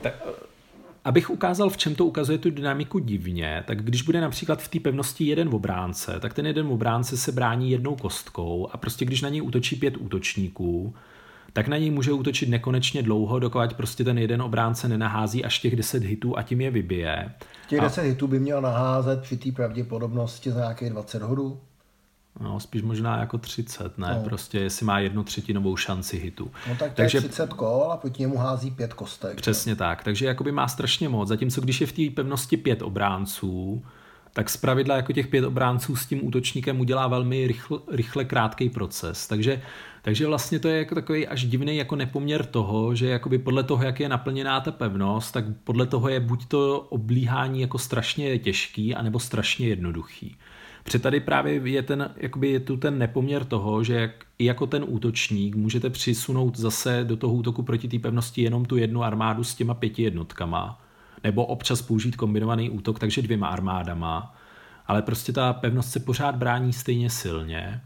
Speaker 2: Abych ukázal, v čem to ukazuje tu dynamiku divně, tak když bude například v té pevnosti jeden obránce, tak ten jeden obránce se brání jednou kostkou a prostě když na něj útočí 5 útočníků, tak na něj může útočit nekonečně dlouho, dokud prostě ten jeden obránce nenahází až těch 10 hitů a tím je vybije.
Speaker 3: Těch 10 hitů by měl naházet při té pravděpodobnosti za nějakých 20 hodů?
Speaker 2: No, spíš možná jako 30, ne? No. Prostě jestli má 1/3 šanci hitu.
Speaker 3: No tak to je 30 kol a proti němu hází 5 kostek.
Speaker 2: Přesně tak, takže jakoby má strašně moc. Zatímco když je v té pevnosti 5 obránců, tak zpravidla jako těch 5 obránců s tím útočníkem udělá velmi rychle krátký proces. Takže vlastně to je jako takový až divný jako nepoměr toho, že jakoby podle toho, jak je naplněná ta pevnost, tak podle toho je buď to oblíhání jako strašně těžký, anebo strašně jednoduchý. Protože tady právě je tu ten nepoměr toho, že jako ten útočník můžete přisunout zase do toho útoku proti té pevnosti jenom tu jednu armádu s těma 5 jednotkama, nebo občas použít kombinovaný útok, takže 2 armádama, ale prostě ta pevnost se pořád brání stejně silně.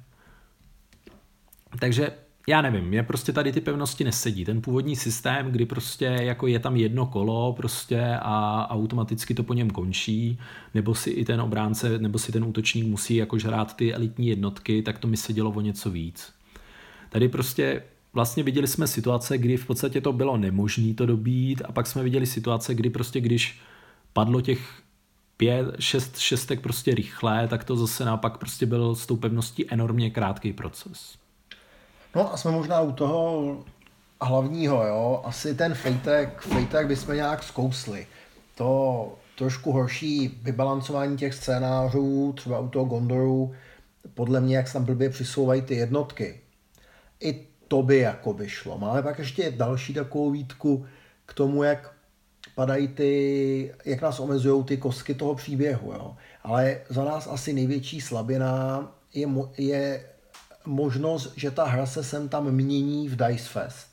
Speaker 2: Takže já nevím, mě prostě tady ty pevnosti nesedí. Ten původní systém, kdy prostě jako je tam jedno kolo prostě a automaticky to po něm končí, nebo si i ten obránce, nebo si ten útočník musí jako žrát ty elitní jednotky, tak to mi sedělo o něco víc. Tady prostě vlastně viděli jsme situace, kdy v podstatě to bylo nemožné to dobít a pak jsme viděli situace, kdy prostě když padlo těch 5, 6 šestek prostě rychle, tak to zase naopak prostě byl s tou pevností enormně krátký proces.
Speaker 3: No a jsme možná u toho hlavního, jo. Asi ten fejtek bychom nějak zkousli. To trošku horší vybalancování těch scénářů, třeba u toho Gondoru, podle mě, jak se tam blbě přisouvají ty jednotky. I to by jako vyšlo. Máme pak ještě další takovou výtku k tomu, jak padají jak nás omezují ty kostky toho příběhu, jo. Ale za nás asi největší slabina je možnost, že ta hra se sem tam mění v Dice Fest.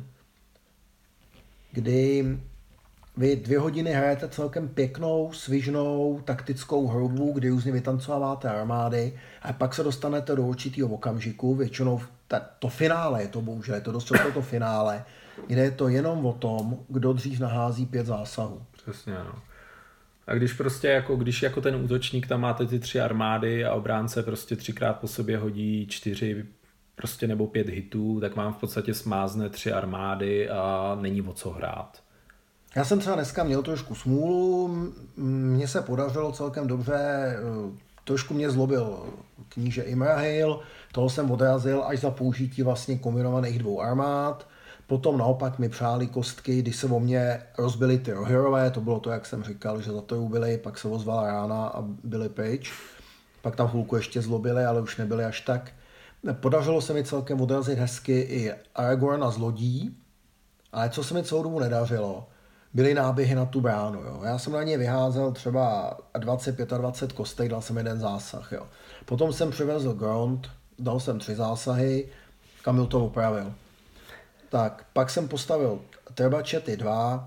Speaker 3: Kdy vy 2 hodiny hrajete celkem pěknou, svižnou, taktickou hru, kdy různě vytancováváte armády a pak se dostanete do určitého okamžiku, většinou to finále je to bohužel, je to dost často to finále, kde je to jenom o tom, kdo dřív nahází 5 zásahů.
Speaker 2: Přesně, no. A když prostě když jako ten útočník tam máte ty 3 armády a obránce prostě 3krát po sobě hodí 4 prostě nebo 5 hitů, tak vám v podstatě smázne 3 armády a není o co hrát.
Speaker 3: Já jsem třeba dneska měl trošku smůlu, mně se podařilo celkem dobře, trošku mě zlobil kníže Imrahil, toho jsem odrazil až za použití vlastně kombinovaných 2 armád. Potom naopak mi přáli kostky, když se o mě rozbili ty rohirové, to bylo to, jak jsem říkal, že za to byli, pak se ozvala rána a byli pryč. Pak tam chvilku ještě zlobili, ale už nebyli až tak. Podařilo se mi celkem odrazit hezky i Aragorna z lodí, ale co se mi celou dobu nedařilo, byly náběhy na tu bránu. Jo. Já jsem na ně vyházel třeba 20-25 kostek, dal jsem jeden zásah. Jo. Potom jsem přivezl ground, dal jsem 3 zásahy, Kamil to opravil. Tak, pak jsem postavil trbačety 2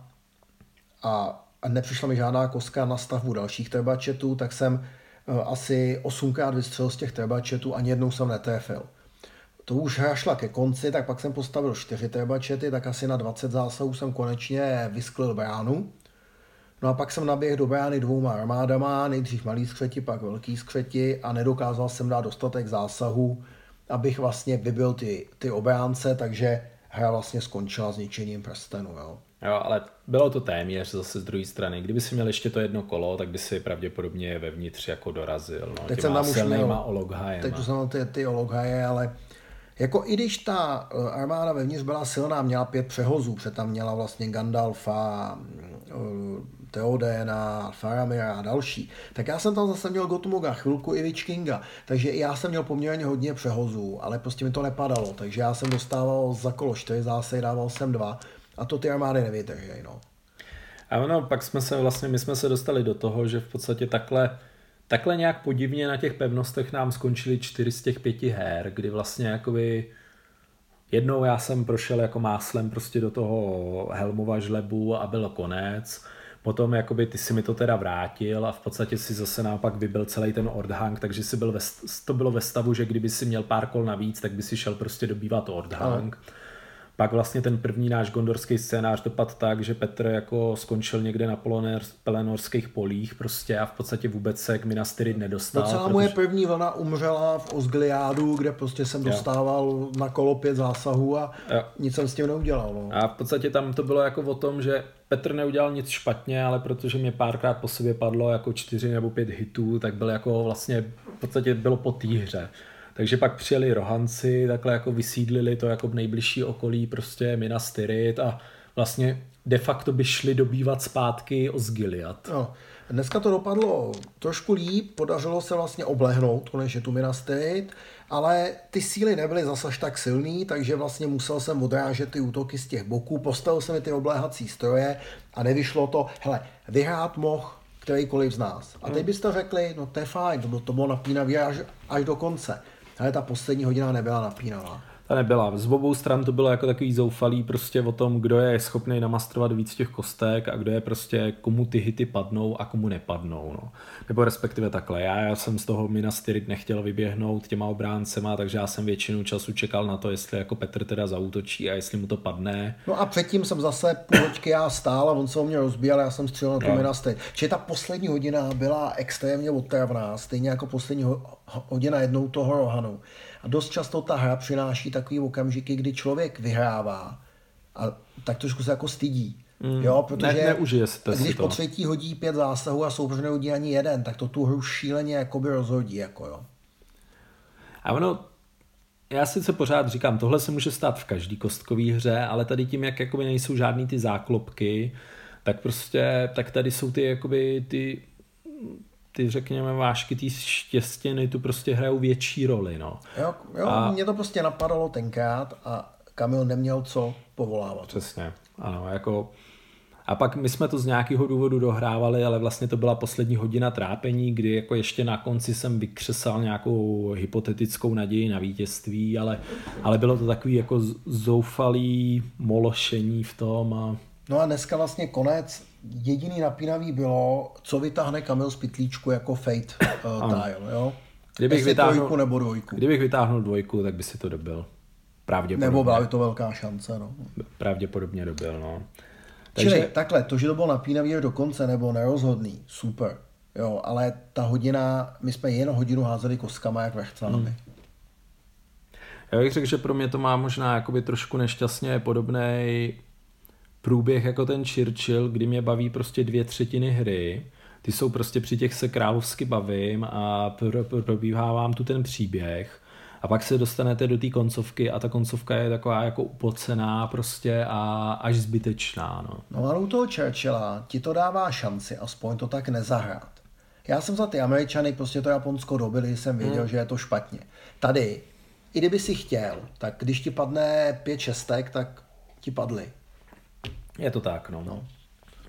Speaker 3: a nepřišla mi žádná kostka na stavbu dalších trbačetů, tak jsem asi 8krát vystřelil z těch trbačetů, ani jednou jsem netrefil. To už hra šla ke konci, tak pak jsem postavil 4 trbačety, tak asi na 20 zásahů jsem konečně vysklil bránu. No a pak jsem naběhl do brány 2 armádama, nejdřív malý skřeti, pak velký skřeti a nedokázal jsem dát dostatek zásahů, abych vlastně vybil ty obránce, takže hra vlastně skončila zničením prstenu. Jo.
Speaker 2: Jo, ale bylo to téměř zase z druhé strany. Kdyby si měl ještě to jedno kolo, tak by si pravděpodobně vevnitř jako dorazil. No,
Speaker 3: teď jsem tam už měl ty Ologhaje, ale jako i když ta armáda vevnitř byla silná, měla 5 přehozů, protože tam měla vlastně Gandalfa, Theodena, Faramira a další, tak já jsem tam zase měl Gottmoga, chvilku i Witch Kinga, takže i já jsem měl poměrně hodně přehozů, ale prostě mi to nepadalo, takže já jsem dostával za kolo 4 zásahy, dával jsem 2 a to ty armády nevydrží. No.
Speaker 2: A ono, pak my jsme se dostali do toho, že v podstatě takhle nějak podivně na těch pevnostech nám skončily 4 z těch 5 her, kdy vlastně jakoby jednou já jsem prošel jako máslem prostě do toho Helmova žlebu a byl konec. Potom jakoby ty si mi to teda vrátil a v podstatě si zase naopak vybil celý ten Ordhang, takže to bylo ve stavu, že kdyby si měl pár kol navíc, tak by si šel prostě dobývat Ordhang. Pak vlastně ten první náš gondorský scénář dopadl tak, že Petr jako skončil někde na Pelenorských polích prostě a v podstatě vůbec se k Minas Tirith nedostal.
Speaker 3: No celá moje první vlna umřela v Osgiliádu, kde prostě jsem dostával na kolo 5 zásahů a nic jsem s tím neudělal. No.
Speaker 2: A v podstatě tam to bylo jako o tom, že Petr neudělal nic špatně, ale protože mě párkrát po sobě padlo jako 4 nebo 5 hitů, tak byl jako vlastně v podstatě bylo po té hře. Takže pak přijeli Rohanci, takhle jako vysídlili to jako v nejbližší okolí prostě Minas Tirith a vlastně de facto by šli dobývat zpátky Osgiliath.
Speaker 3: No, dneska to dopadlo trošku líp, podařilo se vlastně oblehnout konečně tu Minas Tirith, ale ty síly nebyly zase tak silný, takže vlastně musel jsem odrážet ty útoky z těch boků, postavil jsem ty obléhací stroje a nevyšlo to, hele, vyhrát mohl kterýkoliv z nás. A teď byste řekli, no to je fajn, to bylo napínavý až do konce. Ale ta poslední hodina nebyla napínavá.
Speaker 2: Ta nebyla. Z obou stran to bylo jako takový zoufalý prostě o tom, kdo je schopný namastrovat víc těch kostek a kdo je prostě, komu ty hity padnou a komu nepadnou. No. Nebo respektive takhle. Já jsem z toho Minas Tirith nechtěl vyběhnout těma obráncema, takže já jsem většinu času čekal na to, jestli jako Petr teda zaútočí a jestli mu to padne.
Speaker 3: No a předtím jsem zase půl hoďky já stál a on se o mě rozbíjel a já jsem střelil na to Minas Tirith. Čili ta poslední hodina byla extrémně otravná, stejně jako poslední hodina jednou toho Rohanu. A dost často ta hra přináší takový okamžiky, kdy člověk vyhrává a tak trošku se jako stydí. Jo, protože když po třetí hodí 5 zásahů a soupeř nehodí ani jeden, tak to tu hru šíleně jakoby rozhodí. Jako jo.
Speaker 2: A ono, já sice pořád říkám, tohle se může stát v každý kostkové hře, ale tady tím, jak jakoby nejsou žádný ty záklopky, tak prostě, tak tady jsou ty jakoby ty řekněme vážky, ty štěstěny tu prostě hrajou větší roli, no.
Speaker 3: Jo, mě to prostě napadalo tenkrát a Kamil neměl co povolávat.
Speaker 2: Přesně, ano, jako a pak my jsme to z nějakého důvodu dohrávali, ale vlastně to byla poslední hodina trápení, kdy jako ještě na konci jsem vykřesal nějakou hypotetickou naději na vítězství, ale bylo to takový jako zoufalý mološení v tom a...
Speaker 3: No a dneska vlastně konec. Jediný napínavý bylo, co vytáhne Kamil z pytlíčku jako Fate tile, jo? Trojku nebo 2.
Speaker 2: Kdybych vytáhnul 2, tak by si to dobil. Pravděpodobně.
Speaker 3: Nebo byla by to velká šance, no.
Speaker 2: Pravděpodobně dobil, no.
Speaker 3: Čili takhle, to, že to bylo napínavý do konce nebo nerozhodný, super. Jo, ale ta hodina, my jsme jen hodinu házeli kostkama jak vrchcámi.
Speaker 2: Já bych řekl, že pro mě to má možná jakoby trošku nešťastně podobnej průběh jako ten Churchill, kdy mě baví prostě 2/3 hry. Ty jsou prostě při těch se královsky bavím a probíhávám tu ten příběh. A pak se dostanete do té koncovky a ta koncovka je taková jako upocená prostě a až zbytečná.
Speaker 3: No ale u toho Churchilla ti to dává šanci aspoň to tak nezahrát. Já jsem za ty Američany prostě to Japonsko dobili, jsem věděl, že je to špatně. Tady, i kdyby si chtěl, tak když ti padne 5 šestek, tak ti padly.
Speaker 2: Je to tak, no.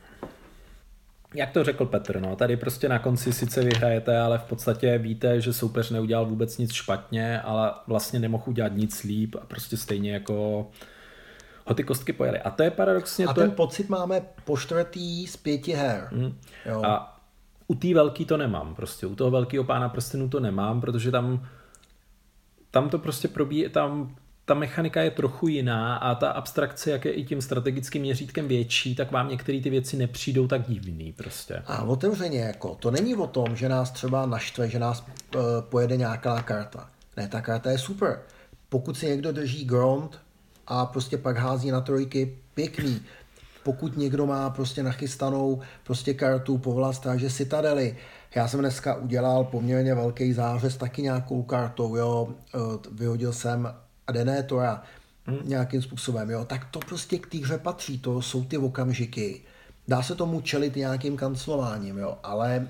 Speaker 2: Jak to řekl Petr, no, tady prostě na konci sice vyhrajete, ale v podstatě víte, že soupeř neudělal vůbec nic špatně, ale vlastně nemohl udělat nic líp a prostě stejně jako ho ty kostky pojeli. A to je paradoxně...
Speaker 3: A ten pocit máme po čtvrtý z 5 her. Jo.
Speaker 2: A u té velký to nemám prostě. U toho velkého Pána prstenů to nemám, protože tam to prostě probíhá, tam ta mechanika je trochu jiná a ta abstrakce, jak je i tím strategickým měřítkem větší, tak vám některé ty věci nepřijdou tak divný prostě.
Speaker 3: A otevřeně, jako, to není o tom, že nás třeba naštve, že nás pojede nějaká karta. Ne, ta karta je super. Pokud si někdo drží ground a prostě pak hází na trojky, pěkný. Pokud někdo má prostě nachystanou prostě kartu Povla Stráže Citadely. Já jsem dneska udělal poměrně velký zářez taky nějakou kartou, jo. Vyhodil jsem Adenétora nějakým způsobem, jo. Tak to prostě k té hře patří, to jsou ty okamžiky. Dá se tomu čelit nějakým kanclováním, jo, ale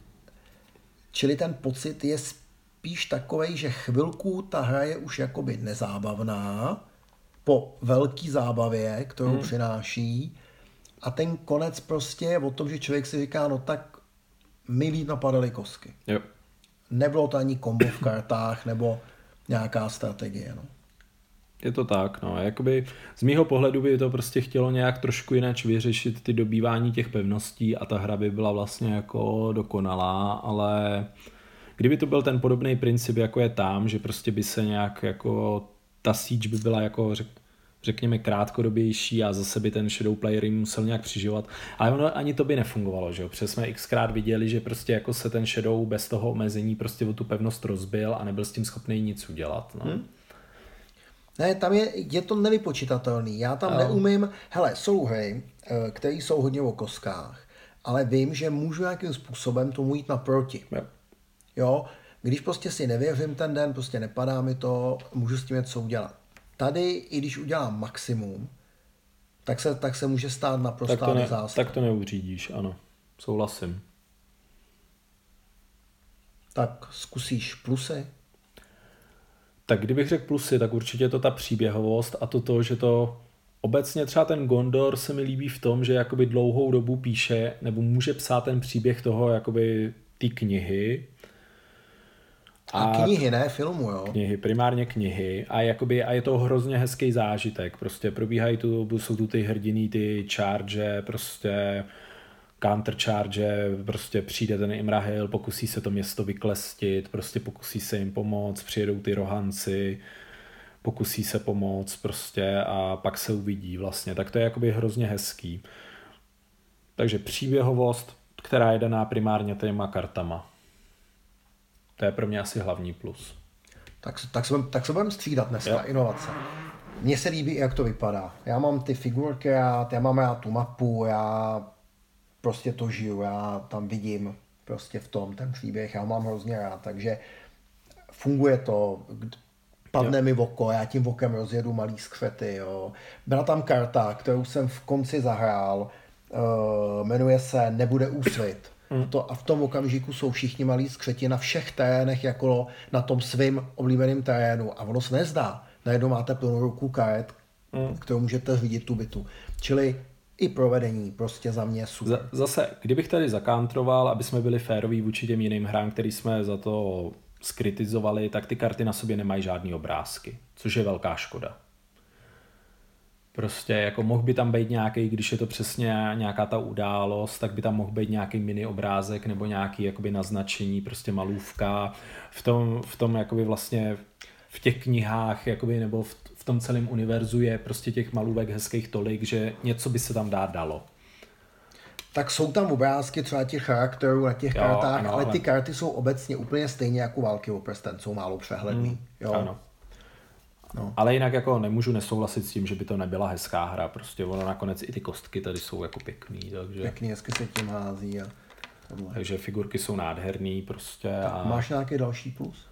Speaker 3: čili ten pocit je spíš takovej, že chvilku ta hra je už jakoby nezábavná, po velký zábavě, kterou přináší, a ten konec prostě je o tom, že člověk si říká, no tak mi líp napadaly kostky.
Speaker 2: Jo.
Speaker 3: Nebylo to ani kombo v kartách, nebo nějaká strategie, no.
Speaker 2: Je to tak, no. Jakoby z mýho pohledu by to prostě chtělo nějak trošku jinak vyřešit ty dobývání těch pevností a ta hra by byla vlastně jako dokonalá, ale kdyby to byl ten podobný princip, jako je tam, že prostě by se nějak jako ta siege by byla jako řekněme krátkodobější a zase by ten shadow player jim musel nějak přiživovat, ale ono ani to by nefungovalo, že jo, protože jsme xkrát viděli, že prostě jako se ten shadow bez toho omezení prostě o tu pevnost rozbil a nebyl s tím schopný nic udělat, no.
Speaker 3: Ne, tam je to nevypočitatelný. Já tam neumím, hele, jsou hry, které jsou hodně o kostkách, ale vím, že můžu nějakým způsobem tomu jít naproti. Jo, když prostě si nevěřím ten den, prostě nepadá mi to, můžu s tím něco udělat. Tady, i když udělám maximum, tak se může stát naprostá disaster.
Speaker 2: Tak to neuřídíš, ano. Souhlasím.
Speaker 3: Tak zkusíš plusy?
Speaker 2: Tak kdybych řekl plusy, tak určitě to ta příběhovost a to, že to obecně třeba ten Gondor se mi líbí v tom, že jakoby dlouhou dobu píše, nebo může psát ten příběh toho jakoby ty knihy.
Speaker 3: A knihy, ne filmu, jo?
Speaker 2: Knihy, primárně knihy a je to hrozně hezký zážitek, prostě probíhají jsou tu ty hrdiny, ty charge, prostě counter charge, prostě přijde ten Imrahil, pokusí se to město vyklestit, prostě pokusí se jim pomoct, přijedou ty rohanci, pokusí se pomoct prostě a pak se uvidí vlastně, tak to je jakoby hrozně hezký. Takže příběhovost, která je daná primárně těma kartama. To je pro mě asi hlavní plus.
Speaker 3: Tak se budeme střídat dneska, jo. Inovace. Mně se líbí, jak to vypadá. Já mám ty figurky rád, já mám rád tu mapu, já prostě to žiju, já tam vidím prostě v tom ten příběh, já mám hrozně rád, takže funguje to, padne mi v oko, já tím okem rozjedu malý skřety, jo. Byla tam karta, kterou jsem v konci zahrál, jmenuje se Nebude úsvit. A v tom okamžiku jsou všichni malí skřeti na všech terénech, jako na tom svým oblíbeným terénu. A ono se nezdá. Najednou máte plnou ruku karet, kterou můžete řídit tu bitu. Čili i provedení prostě za mě super.
Speaker 2: Zase, kdybych tady zakantroval, aby jsme byli féroví vůči těm jiným hrám, který jsme za to skritizovali, tak ty karty na sobě nemají žádný obrázky, což je velká škoda. Prostě jako mohl by tam být nějaký, když je to přesně nějaká ta událost, tak by tam mohl být nějaký mini obrázek nebo nějaký jakoby naznačení, prostě malůvka. V tom jakoby vlastně v těch knihách jakoby, nebo v tom celém univerzu je prostě těch malůvek hezkých tolik, že něco by se tam dalo.
Speaker 3: Tak jsou tam obrázky třeba těch charakterů na těch kartách, ale ty karty jsou obecně úplně stejně jako Války o prsten, jsou málo přehledný. Jo?
Speaker 2: Ano. No. Ale jinak jako nemůžu nesouhlasit s tím, že by to nebyla hezká hra, prostě ono nakonec i ty kostky tady jsou jako pěkný, takže...
Speaker 3: Pěkný, hezky se tím hází a tohle.
Speaker 2: Takže figurky jsou nádherný prostě a...
Speaker 3: Máš nějaký další plus?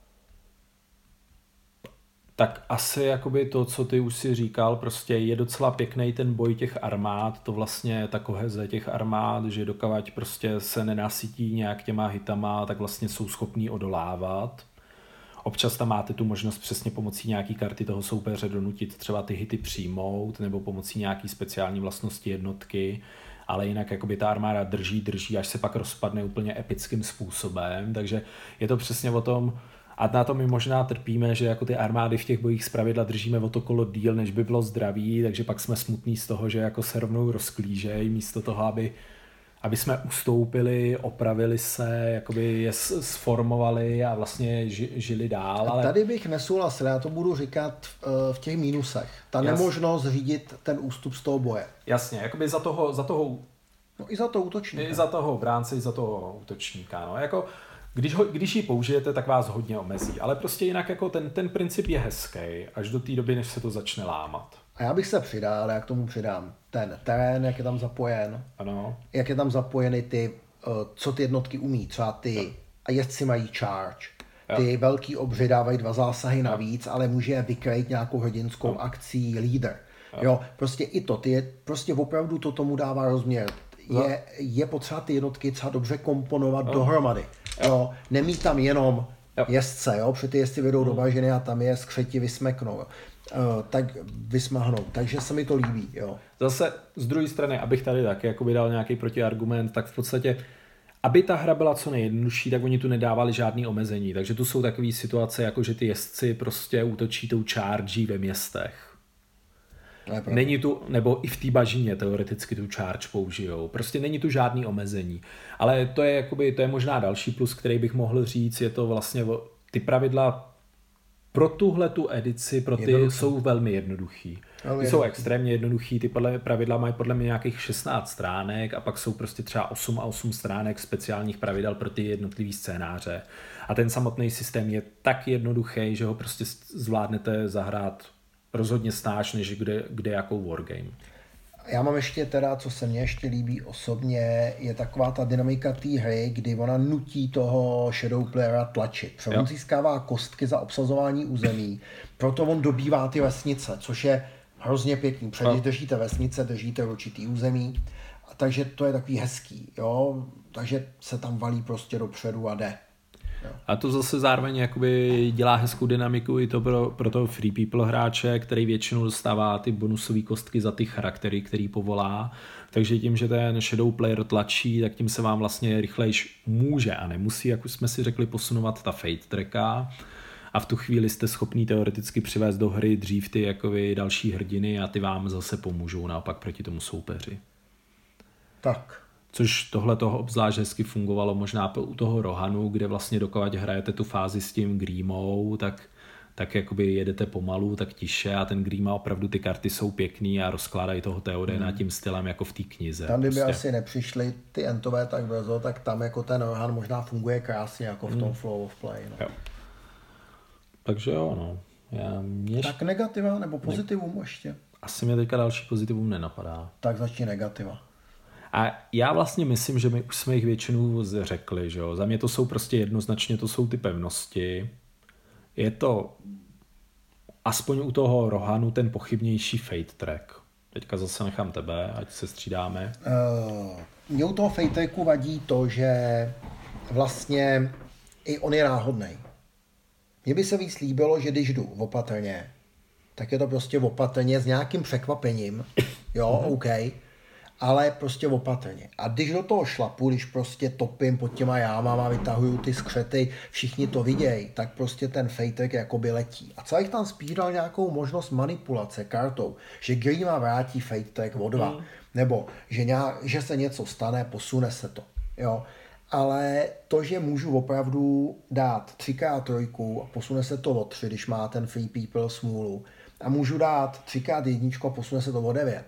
Speaker 2: Tak asi jakoby to, co ty už si říkal, prostě je docela pěkný ten boj těch armád, to vlastně ta koheze těch armád, že dokavať prostě se nenasytí nějak těma hitama, tak vlastně jsou schopní odolávat. Občas tam máte tu možnost přesně pomocí nějaký karty toho soupeře donutit třeba ty hity přijmout nebo pomocí nějaký speciální vlastnosti jednotky ale jinak jakoby ta armáda drží, až se pak rozpadne úplně epickým způsobem, takže je to přesně o tom, a na to my možná trpíme, že jako ty armády v těch bojích zpravidla držíme o to kolo díl, než by bylo zdravý, takže pak jsme smutní z toho, že jako se rovnou rozklížejí, místo toho, aby jsme ustoupili, opravili se, jakoby je sformovali a vlastně žili dál. Ale...
Speaker 3: Tady bych nesouhlasil, já to budu říkat v těch mínusech. Ta nemožnost řídit ten ústup z toho boje.
Speaker 2: Jasně, jakoby za toho
Speaker 3: no i za toho útočníka.
Speaker 2: I za toho bránce, i za toho útočníka. No. Jako, když ji použijete, tak vás hodně omezí. Ale prostě jinak jako ten princip je hezký, až do té doby, než se to začne lámat.
Speaker 3: A já bych se přidal, já k tomu přidám ten terén, jak je tam zapojen,
Speaker 2: ano.
Speaker 3: Jak je tam zapojeny co ty jednotky umí, třeba ty a jezdci mají charge. Ty velký obři dávají 2 zásahy navíc, ale může je vykrejt nějakou hrdinskou akcí líder. Jo, prostě i to, prostě opravdu to tomu dává rozměr. Je potřeba ty jednotky třeba dobře komponovat dohromady. Jo, nemít tam jenom jezdce, jo, protože ty jezdci vedou do bažiny a tam je skřeti vysmeknou. Jo. Tak vysmahnou. Takže se mi to líbí. Jo.
Speaker 2: Zase z druhé strany, abych tady taky jakoby dal nějaký protiargument, tak v podstatě, aby ta hra byla co nejjednodušší, tak oni tu nedávali žádný omezení. Takže tu jsou takové situace, jako že ty jezdci prostě útočí tou charge ve městech. Není tu, nebo i v té bažině teoreticky tu charge použijou. Prostě není tu žádný omezení. Ale to je možná další plus, který bych mohl říct, je to vlastně ty pravidla pro tuhle tu edici, jsou velmi jednoduchý. Ty jsou extrémně jednoduchý, ty pravidla mají podle mě nějakých 16 stránek a pak jsou prostě třeba 8 a 8 stránek speciálních pravidel pro ty jednotlivý scénáře. A ten samotný systém je tak jednoduchý, že ho prostě zvládnete zahrát rozhodně snáš, než kde jakou wargame.
Speaker 3: Já mám ještě teda, co se mně ještě líbí osobně, je taková ta dynamika té hry, kdy ona nutí toho shadow playera tlačit. Protože on získává kostky za obsazování území, proto on dobývá ty vesnice, což je hrozně pěkný. Protože když držíte vesnice, držíte určitý území, a takže to je takový hezký, jo? Takže se tam valí prostě dopředu a jde. Jo.
Speaker 2: A to zase zároveň jakoby dělá hezkou dynamiku i to pro toho free people hráče, který většinou dostává ty bonusové kostky za ty charaktery, který povolá. Takže tím, že ten shadow player tlačí, tak tím se vám vlastně rychlejš může a nemusí, jak už jsme si řekli, posunovat ta fate tracka. A v tu chvíli jste schopný teoreticky přivést do hry dřív ty jakoby další hrdiny a ty vám zase pomůžou naopak proti tomu soupeři.
Speaker 3: Tak.
Speaker 2: Což tohle toho obzvlášť hezky fungovalo možná u toho Rohanu, kde vlastně dokud hrajete tu fázi s tím Grímou, tak jakoby jedete pomalu, tak tiše a ten Gríma opravdu ty karty jsou pěkný a rozkládají toho Theodena tím stylem jako v té knize.
Speaker 3: Tam kdyby asi nepřišly ty entové tak brzo, tak tam jako ten Rohan možná funguje krásně jako v tom flow of play. No.
Speaker 2: Jo. Takže jo, no.
Speaker 3: Tak negativa nebo pozitivum ještě?
Speaker 2: Asi mě teďka další pozitivum nenapadá.
Speaker 3: Tak začni negativa.
Speaker 2: A já vlastně myslím, že my už jsme jich většinu řekli, že jo. Za mě to jsou prostě jednoznačně, to jsou ty pevnosti. Je to aspoň u toho Rohanu ten pochybnější fate track. Teďka zase nechám tebe, ať se střídáme.
Speaker 3: Mně u toho fate tracku vadí to, že vlastně i on je náhodnej. Mně by se víc líbilo, že když jdu opatrně, tak je to prostě opatrně s nějakým překvapením. Jo, OK. Ale prostě opatrně. A když do toho šlapu, když prostě topím pod těma jámama, vytahuju ty skřety, všichni to vidějí, tak prostě ten fejtek jakoby letí. A co bych tam spíš dal nějakou možnost manipulace kartou, že Grima vrátí fejtek o 2, nebo že se něco stane, posune se to. Jo. Ale to, že můžu opravdu dát 3x3 a posune se to o 3, když má ten free people smůlu, a můžu dát 3x1 a posune se to o 9.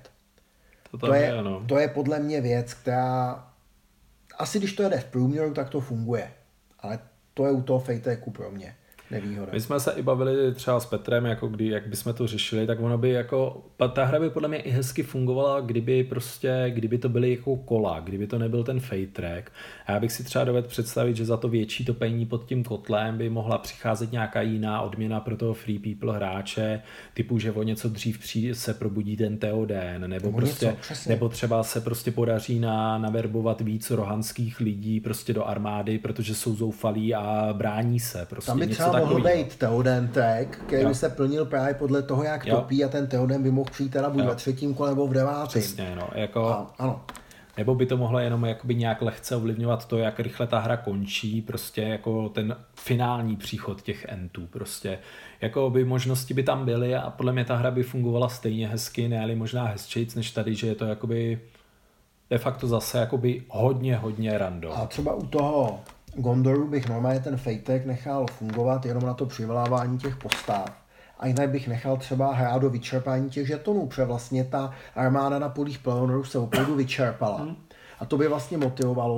Speaker 3: To je podle mě věc, která asi když to jede v průměru, tak to funguje. Ale to je u toho fejteku pro mě nevýhoda.
Speaker 2: My jsme se i bavili třeba s Petrem, jako jak bychom to řešili, tak ono by jako, ta hra by podle mě i hezky fungovala, kdyby to byly jako kola, kdyby to nebyl ten fate track. A já bych si třeba dovedl představit, že za to větší topení pod tím kotlem by mohla přicházet nějaká jiná odměna pro toho free people hráče, typu, že o něco dřív se probudí ten Theoden, nebo třeba se prostě podaří naverbovat víc rohanských lidí prostě do armády, protože jsou zoufalí a brání se. Prostě
Speaker 3: tam by třeba mohl být Theoden track, který by se plnil právě podle toho, jak topí, a ten Theoden by mohl přijít teda buď ve 3. kole nebo v 9.
Speaker 2: Přesně, no. Jako...
Speaker 3: Ano.
Speaker 2: Nebo by to mohlo jenom jakoby nějak lehce ovlivňovat to, jak rychle ta hra končí, prostě jako ten finální příchod těch entů, prostě jako by možnosti by tam byly a podle mě ta hra by fungovala stejně hezky, ne-li možná hezčejc než tady, že je to jakoby de facto zase jakoby hodně random.
Speaker 3: A třeba u toho Gondoru bych normálně ten fejtek nechal fungovat jenom na to přivolávání těch postav. A jinak bych nechal třeba hrát do vyčerpání těch žetonů, protože vlastně ta armáda na polích Pelennor se opravdu vyčerpala. A to by vlastně motivovalo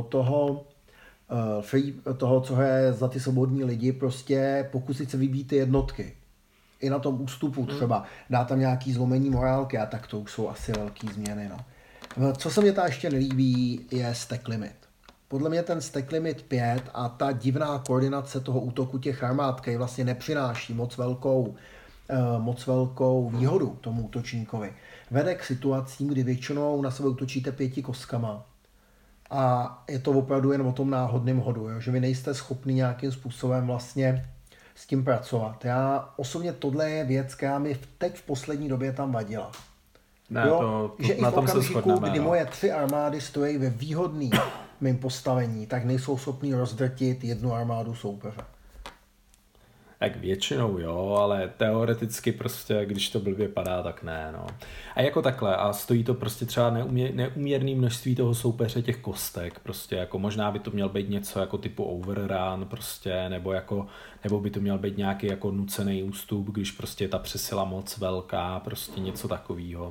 Speaker 3: toho, co je za ty svobodní lidi, prostě pokusit se vybít ty jednotky. I na tom ústupu třeba. Dá tam nějaký zlomení morálky a tak to už jsou asi velký změny. No. Co se mě ta ještě nelíbí, je stack limit. Podle mě ten stack limit 5 a ta divná koordinace toho útoku těch armád, který vlastně nepřináší moc velkou výhodu tomu útočníkovi, vede k situacím, kdy většinou na sebe útočíte 5 kostkama. A je to opravdu jen o tom náhodném hodu, jo? Že vy nejste schopni nějakým způsobem vlastně s tím pracovat. Já osobně tohle je věc, která mi teď v poslední době tam vadila.
Speaker 2: Ne,
Speaker 3: že i v okamžiku, kdy
Speaker 2: no.
Speaker 3: moje 3 armády stojí ve výhodným mým postavení, tak nejsou schopni rozdrtit jednu armádu soupeře.
Speaker 2: Tak většinou jo, ale teoreticky prostě, když to blbě padá, tak ne, no. A jako takhle, a stojí to prostě třeba neuměrné množství toho soupeře těch kostek, prostě jako možná by to měl být něco jako typu overrun prostě, nebo by to měl být nějaký jako nucený ústup, když prostě je ta přesila moc velká, prostě něco takového.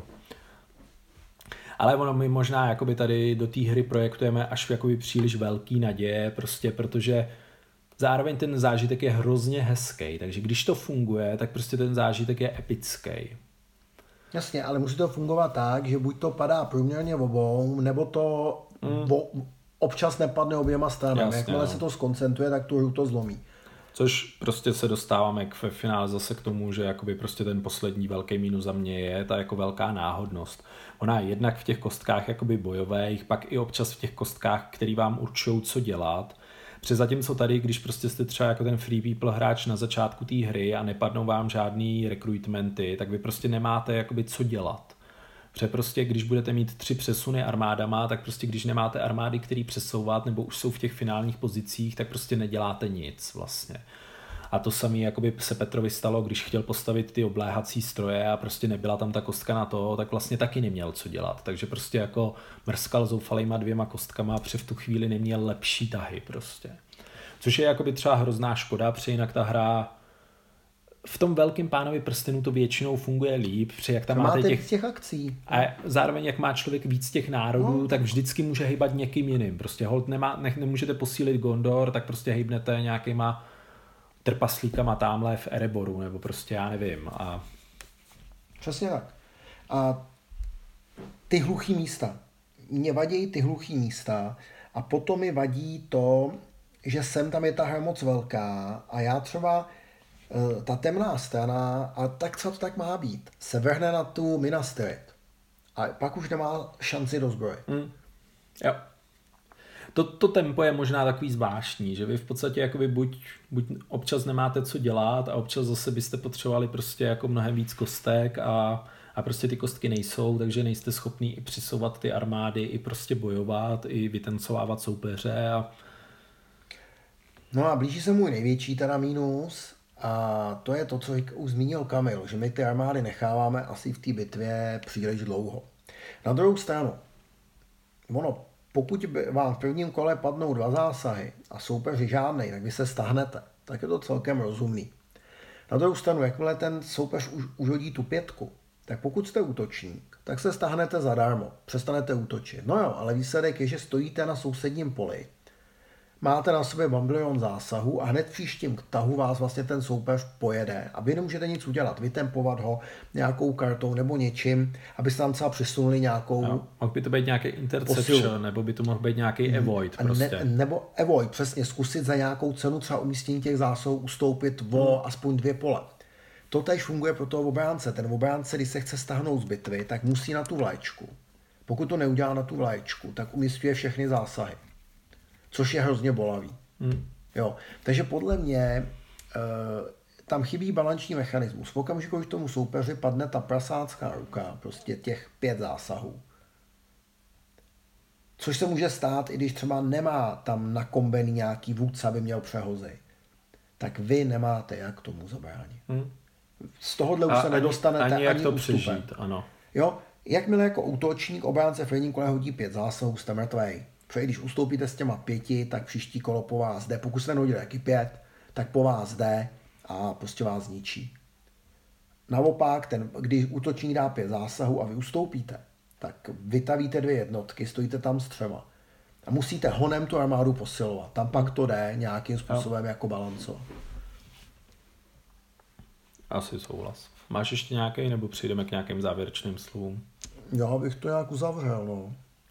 Speaker 2: Ale ono my možná jakoby tady do té hry projektujeme až jakoby příliš velký naděje, prostě protože zároveň ten zážitek je hrozně hezký, takže když to funguje, tak prostě ten zážitek je epický.
Speaker 3: Jasně, ale musí to fungovat tak, že buď to padá průměrně obou, nebo to občas nepadne oběma stranami. Jakmile se to skoncentruje, tak tu hru to zlomí.
Speaker 2: Což prostě se dostáváme ve finále zase k tomu, že jakoby prostě ten poslední velký mínus za mě je ta jako velká náhodnost. Ona je jednak v těch kostkách jakoby bojových, pak i občas v těch kostkách, který vám určují, co dělat. Protože zatímco tady, když prostě jste třeba jako ten free people hráč na začátku té hry a nepadnou vám žádný rekrutmenty, tak vy prostě nemáte jakoby co dělat. Protože prostě, když budete mít 3 přesuny armádama, tak prostě když nemáte armády, který přesouvat, nebo už jsou v těch finálních pozicích, tak prostě neděláte nic vlastně. A to samé jakoby se Petrovi stalo, když chtěl postavit ty obléhací stroje a prostě nebyla tam ta kostka na to, tak vlastně taky neměl co dělat. Takže prostě jako mrskal zoufalýma 2 kostkama a v tu chvíli neměl lepší tahy prostě. Což je jakoby třeba hrozná škoda, protože jinak ta hra v tom Velkém pánovi prstenů to většinou funguje líp, protože jak tam máte
Speaker 3: těch akcí.
Speaker 2: A zároveň jak má člověk víc těch národů, tak vždycky může hejbat někým jiným. Prostě hold nemůžete posílit Gondor, tak prostě hejbnete nějakýma trpaslíkama tamhle v Ereboru, nebo prostě já nevím.
Speaker 3: Přesně tak. A ty hluchý místa. Mě vadí ty hluchý místa a potom mi vadí to, že sem tam je ta hra moc velká a já třeba ta temná strana, a tak co to tak má být, se vrhne na tu Minas Tirith a pak už nemá šanci do zbroje.
Speaker 2: Jo. To tempo je možná takový zvláštní, že vy v podstatě jakoby buď občas nemáte co dělat a občas zase byste potřebovali prostě jako mnohem víc kostek a prostě ty kostky nejsou, takže nejste schopný i přisouvat ty armády, i prostě bojovat, i vytencovávat soupeře.
Speaker 3: No a blíží se můj největší teda mínus a to je to, co už zmínil Kamil, že my ty armády necháváme asi v té bitvě příliš dlouho. Na druhou stranu, pokud vám v prvním kole padnou 2 zásahy a soupeři žádnej, tak vy se stahnete. Tak je to celkem rozumný. Na druhou stranu, jakmile ten soupeř už hodí tu 5, tak pokud jste útočník, tak se stahnete zadarmo, přestanete útočit. No jo, ale výsledek je, že stojíte na sousedním poli, máte na sobě bambilion zásahů a hned v příštím tahu vás vlastně ten soupeř pojede a vy nemůžete nic udělat, vytempovat ho nějakou kartou nebo něčím, abyste tam třeba přisunuli nějakou
Speaker 2: mohl by to být nějaký interception, nebo by to mohl být nějaký avoid prostě.
Speaker 3: Nebo avoid, přesně, zkusit za nějakou cenu třeba umístění těch zásahů ustoupit o aspoň 2 pole. To též funguje pro toho obránce. Ten obránce, když se chce stáhnout z bitvy, tak musí na tu vlaječku. Pokud to neudělá na tu vlaječku, tak umístuje všechny zásahy. Což je hrozně bolavý. Jo. Takže podle mě tam chybí balanční mechanismus. V okamžiku, když tomu soupeři padne ta prasácká ruka, prostě těch 5 zásahů, Což se může stát, i když třeba nemá tam nakombený nějaký vůdce, aby měl přehozy. Tak vy nemáte jak tomu zabránit. Z tohohle už se nedostanete
Speaker 2: ani jak to
Speaker 3: ústupem.
Speaker 2: přežít, ano.
Speaker 3: Jo, jakmile jako útočník obránce v prvním kole hodí 5 zásahů, jste mrtvej. Protože když ustoupíte s těma 5, tak příští kolo po vás jde. Pokud jste nehodili taky 5, tak po vás jde a prostě vás zničí. Naopak, když útočník dá 5 zásahů a vy ustoupíte, tak vytavíte 2 jednotky, stojíte tam s 3. A musíte honem tu armádu posilovat. Tam pak to jde nějakým způsobem jako balancovat.
Speaker 2: Asi souhlas. Máš ještě nějaký, nebo přijdeme k nějakým závěrečným slovům?
Speaker 3: Já bych to nějak uzavřel, no.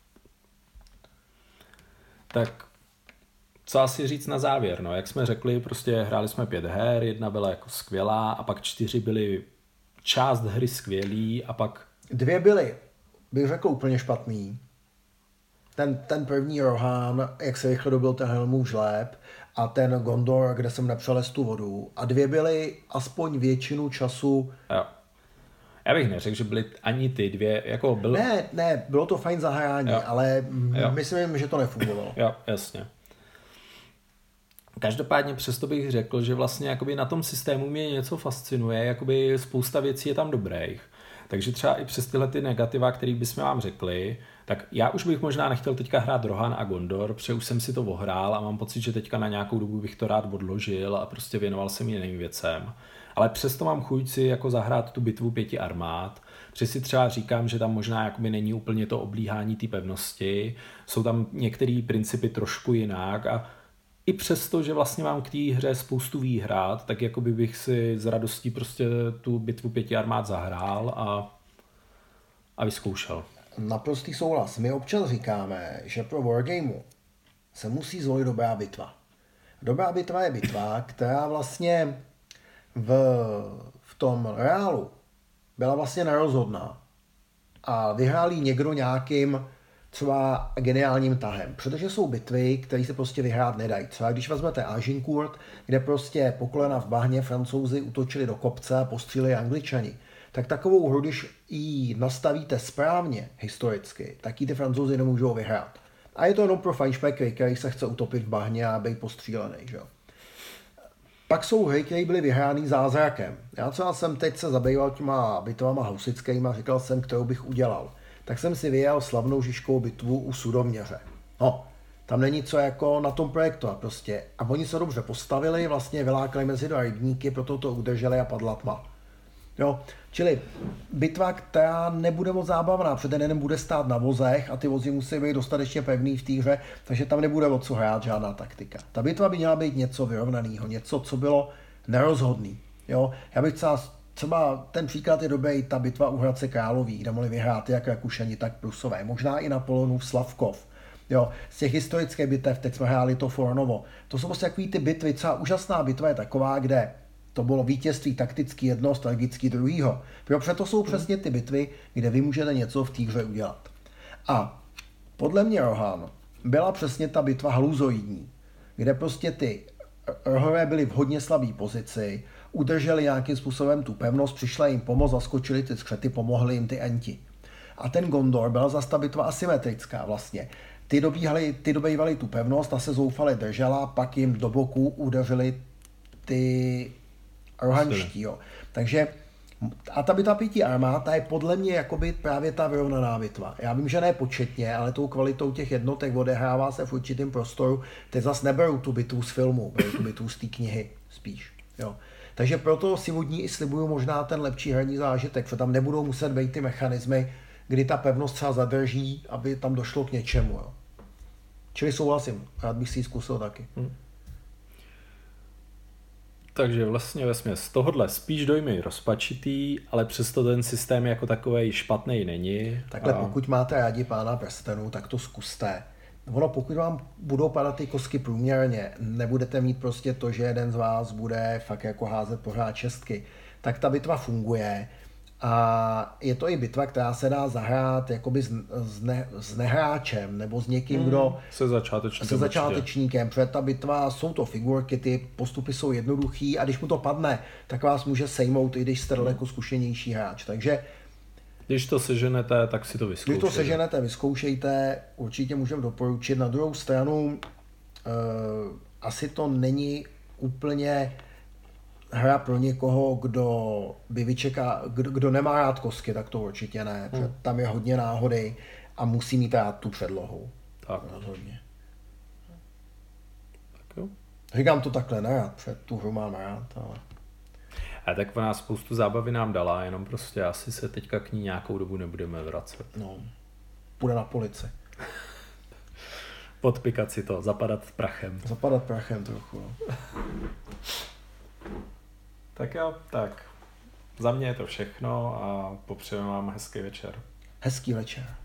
Speaker 2: Tak co asi říct na závěr, no, jak jsme řekli, prostě hráli jsme 5 her, 1 byla jako skvělá a pak 4 byly část hry skvělý a pak...
Speaker 3: 2 byly, bych řekl, úplně špatný. Ten první Rohan, jak se rychle dobil ten Helmův žléb a ten Gondor, kde jsem nepřelez tu vodu. A 2 byly aspoň většinu času...
Speaker 2: Jo. Já bych neřekl, že byly ani ty 2, jako bylo...
Speaker 3: Ne, bylo to fajn zahrání, ale myslím, že to nefungovalo.
Speaker 2: Jo, jasně. Každopádně přesto bych řekl, že vlastně jakoby na tom systému mě něco fascinuje, jakoby spousta věcí je tam dobrých. Takže třeba i přes tyhle ty negativa, které bychom vám řekli, tak já už bych možná nechtěl teďka hrát Rohan a Gondor, protože už jsem si to ohrál a mám pocit, že teďka na nějakou dobu bych to rád odložil a prostě věnoval jsem jiným věcem. Ale přesto mám chuť si jako zahrát tu bitvu 5 armád, protože si třeba říkám, že tam možná jakoby není úplně to oblíhání té pevnosti, jsou tam některé principy trošku jinak a i přesto, že vlastně mám k té hře spoustu výhrad, tak jakoby bych si s radostí prostě tu bitvu 5 armád zahrál a vyzkoušel.
Speaker 3: Naprostý souhlas. My občas říkáme, že pro wargameu se musí zvolit dobrá bitva. Dobrá bitva je bitva, která vlastně v tom reálu byla vlastně nerozhodná a vyhrál jí někdo nějakým třeba geniálním tahem, protože jsou bitvy, které se prostě vyhrát nedají. Třeba když vezmete Agincourt, kde prostě po kolena v bahně Francouzi útočili do kopce a postříleli Angličani, tak takovou hru, když ji nastavíte správně historicky, tak ji ty Francouzi nemůžou vyhrát. A je to jenom pro fajnšpekry, který se chce utopit v bahně a být postřílený, že jo. Pak jsou hry, které byly vyhrány zázrakem. Já třeba jsem teď se zabýval těma bitvama hausickýma, říkal jsem, kterou bych udělal. Tak jsem si vyjel slavnou Žižkovou bitvu u Sudoměře. No, tam není co jako na tom projektu a prostě. A oni se dobře postavili, vlastně vylákali mezi 2 rybníky, proto to udrželi a padla tma. Jo, čili bitva, která nebude moc zábavná, protože ten jeden bude stát na vozech a ty vozy musí být dostatečně pevný v té hře, takže tam nebude o co hrát žádná taktika. Ta bitva by měla být něco vyrovnaného, něco, co bylo nerozhodný. Jo, já bych třeba ten příklad je dobrý, ta bitva u Hradce Králové, kde mohli vyhrát jak Rakušani, tak Prusové, možná i Napoleonův Slavkov. Jo, z těch historických bitev, teď jsme hráli to Fornovo. To jsou prostě takový ty bitvy, třeba úžasná bitva je taková, kde to bylo vítězství taktický jedno, strategický druhýho. Protože to jsou přesně ty bitvy, kde vy můžete něco v té hře udělat. A podle mě Rohan byla přesně ta bitva haluzoidní, kde prostě ty rohové byli v hodně slabé pozici, udrželi nějakým způsobem tu pevnost, přišla jim pomoc, zaskočili ty skřety, pomohli jim ty enti. A ten Gondor byla zase ta bitva asymetrická vlastně. Ty dobývali tu pevnost, ta se zoufale držela, pak jim do boku udeřili ty rohanští, jo. Takže a ta bitva 5 armád, ta je podle mě jakoby právě ta vyrovnaná bitva. Já vím, že ne početně, ale tou kvalitou těch jednotek odehrává se v určitém prostoru. Teď zase neberu tu bitvu z filmu, beru tu bitvu z té knihy spíš. Jo. Takže proto si od ní i slibuju možná ten lepší herní zážitek, protože tam nebudou muset být ty mechanismy, kdy ta pevnost třeba zadrží, aby tam došlo k něčemu. Jo. Čili souhlasím, rád bych si ji zkusil taky.
Speaker 2: Takže vlastně vesměs z tohohle spíš dojmy rozpačitý, ale přesto ten systém jako takovej špatnej není.
Speaker 3: Takhle pokud máte rádi Pána prstenů, tak to zkuste. Ono, pokud vám budou padat ty kostky průměrně, nebudete mít prostě to, že jeden z vás bude fakt jako házet pořád čestky, tak ta bitva funguje. A je to i bitva, která se dá zahrát jakoby s nehráčem nebo s někým, kdo
Speaker 2: se začátečníkem.
Speaker 3: Protože ta bitva, jsou to figurky, ty postupy jsou jednoduchý a když mu to padne, tak vás může sejmout, i když jste daleko zkušenější hráč. Takže
Speaker 2: Když to seženete, tak si to vyzkoušejte.
Speaker 3: Když to seženete, vyzkoušejte, určitě můžeme doporučit. Na druhou stranu, asi to není úplně hra pro někoho, kdo nemá rád kostky, tak to určitě ne. Tam je hodně náhody a musí mít rád tu předlohu.
Speaker 2: Tak.
Speaker 3: Rozhodně.
Speaker 2: Tak jo.
Speaker 3: Říkám to takhle nerad, protože tu hru mám rád, ale...
Speaker 2: A tak ona spoustu zábavy nám dala, jenom prostě asi se teďka k ní nějakou dobu nebudeme vracet.
Speaker 3: No, půjde na polici.
Speaker 2: Podpikat si to, zapadat prachem.
Speaker 3: Zapadat prachem trochu, no.
Speaker 2: Tak jo, tak. Za mě je to všechno a popřejeme vám hezký večer.
Speaker 3: Hezký večer.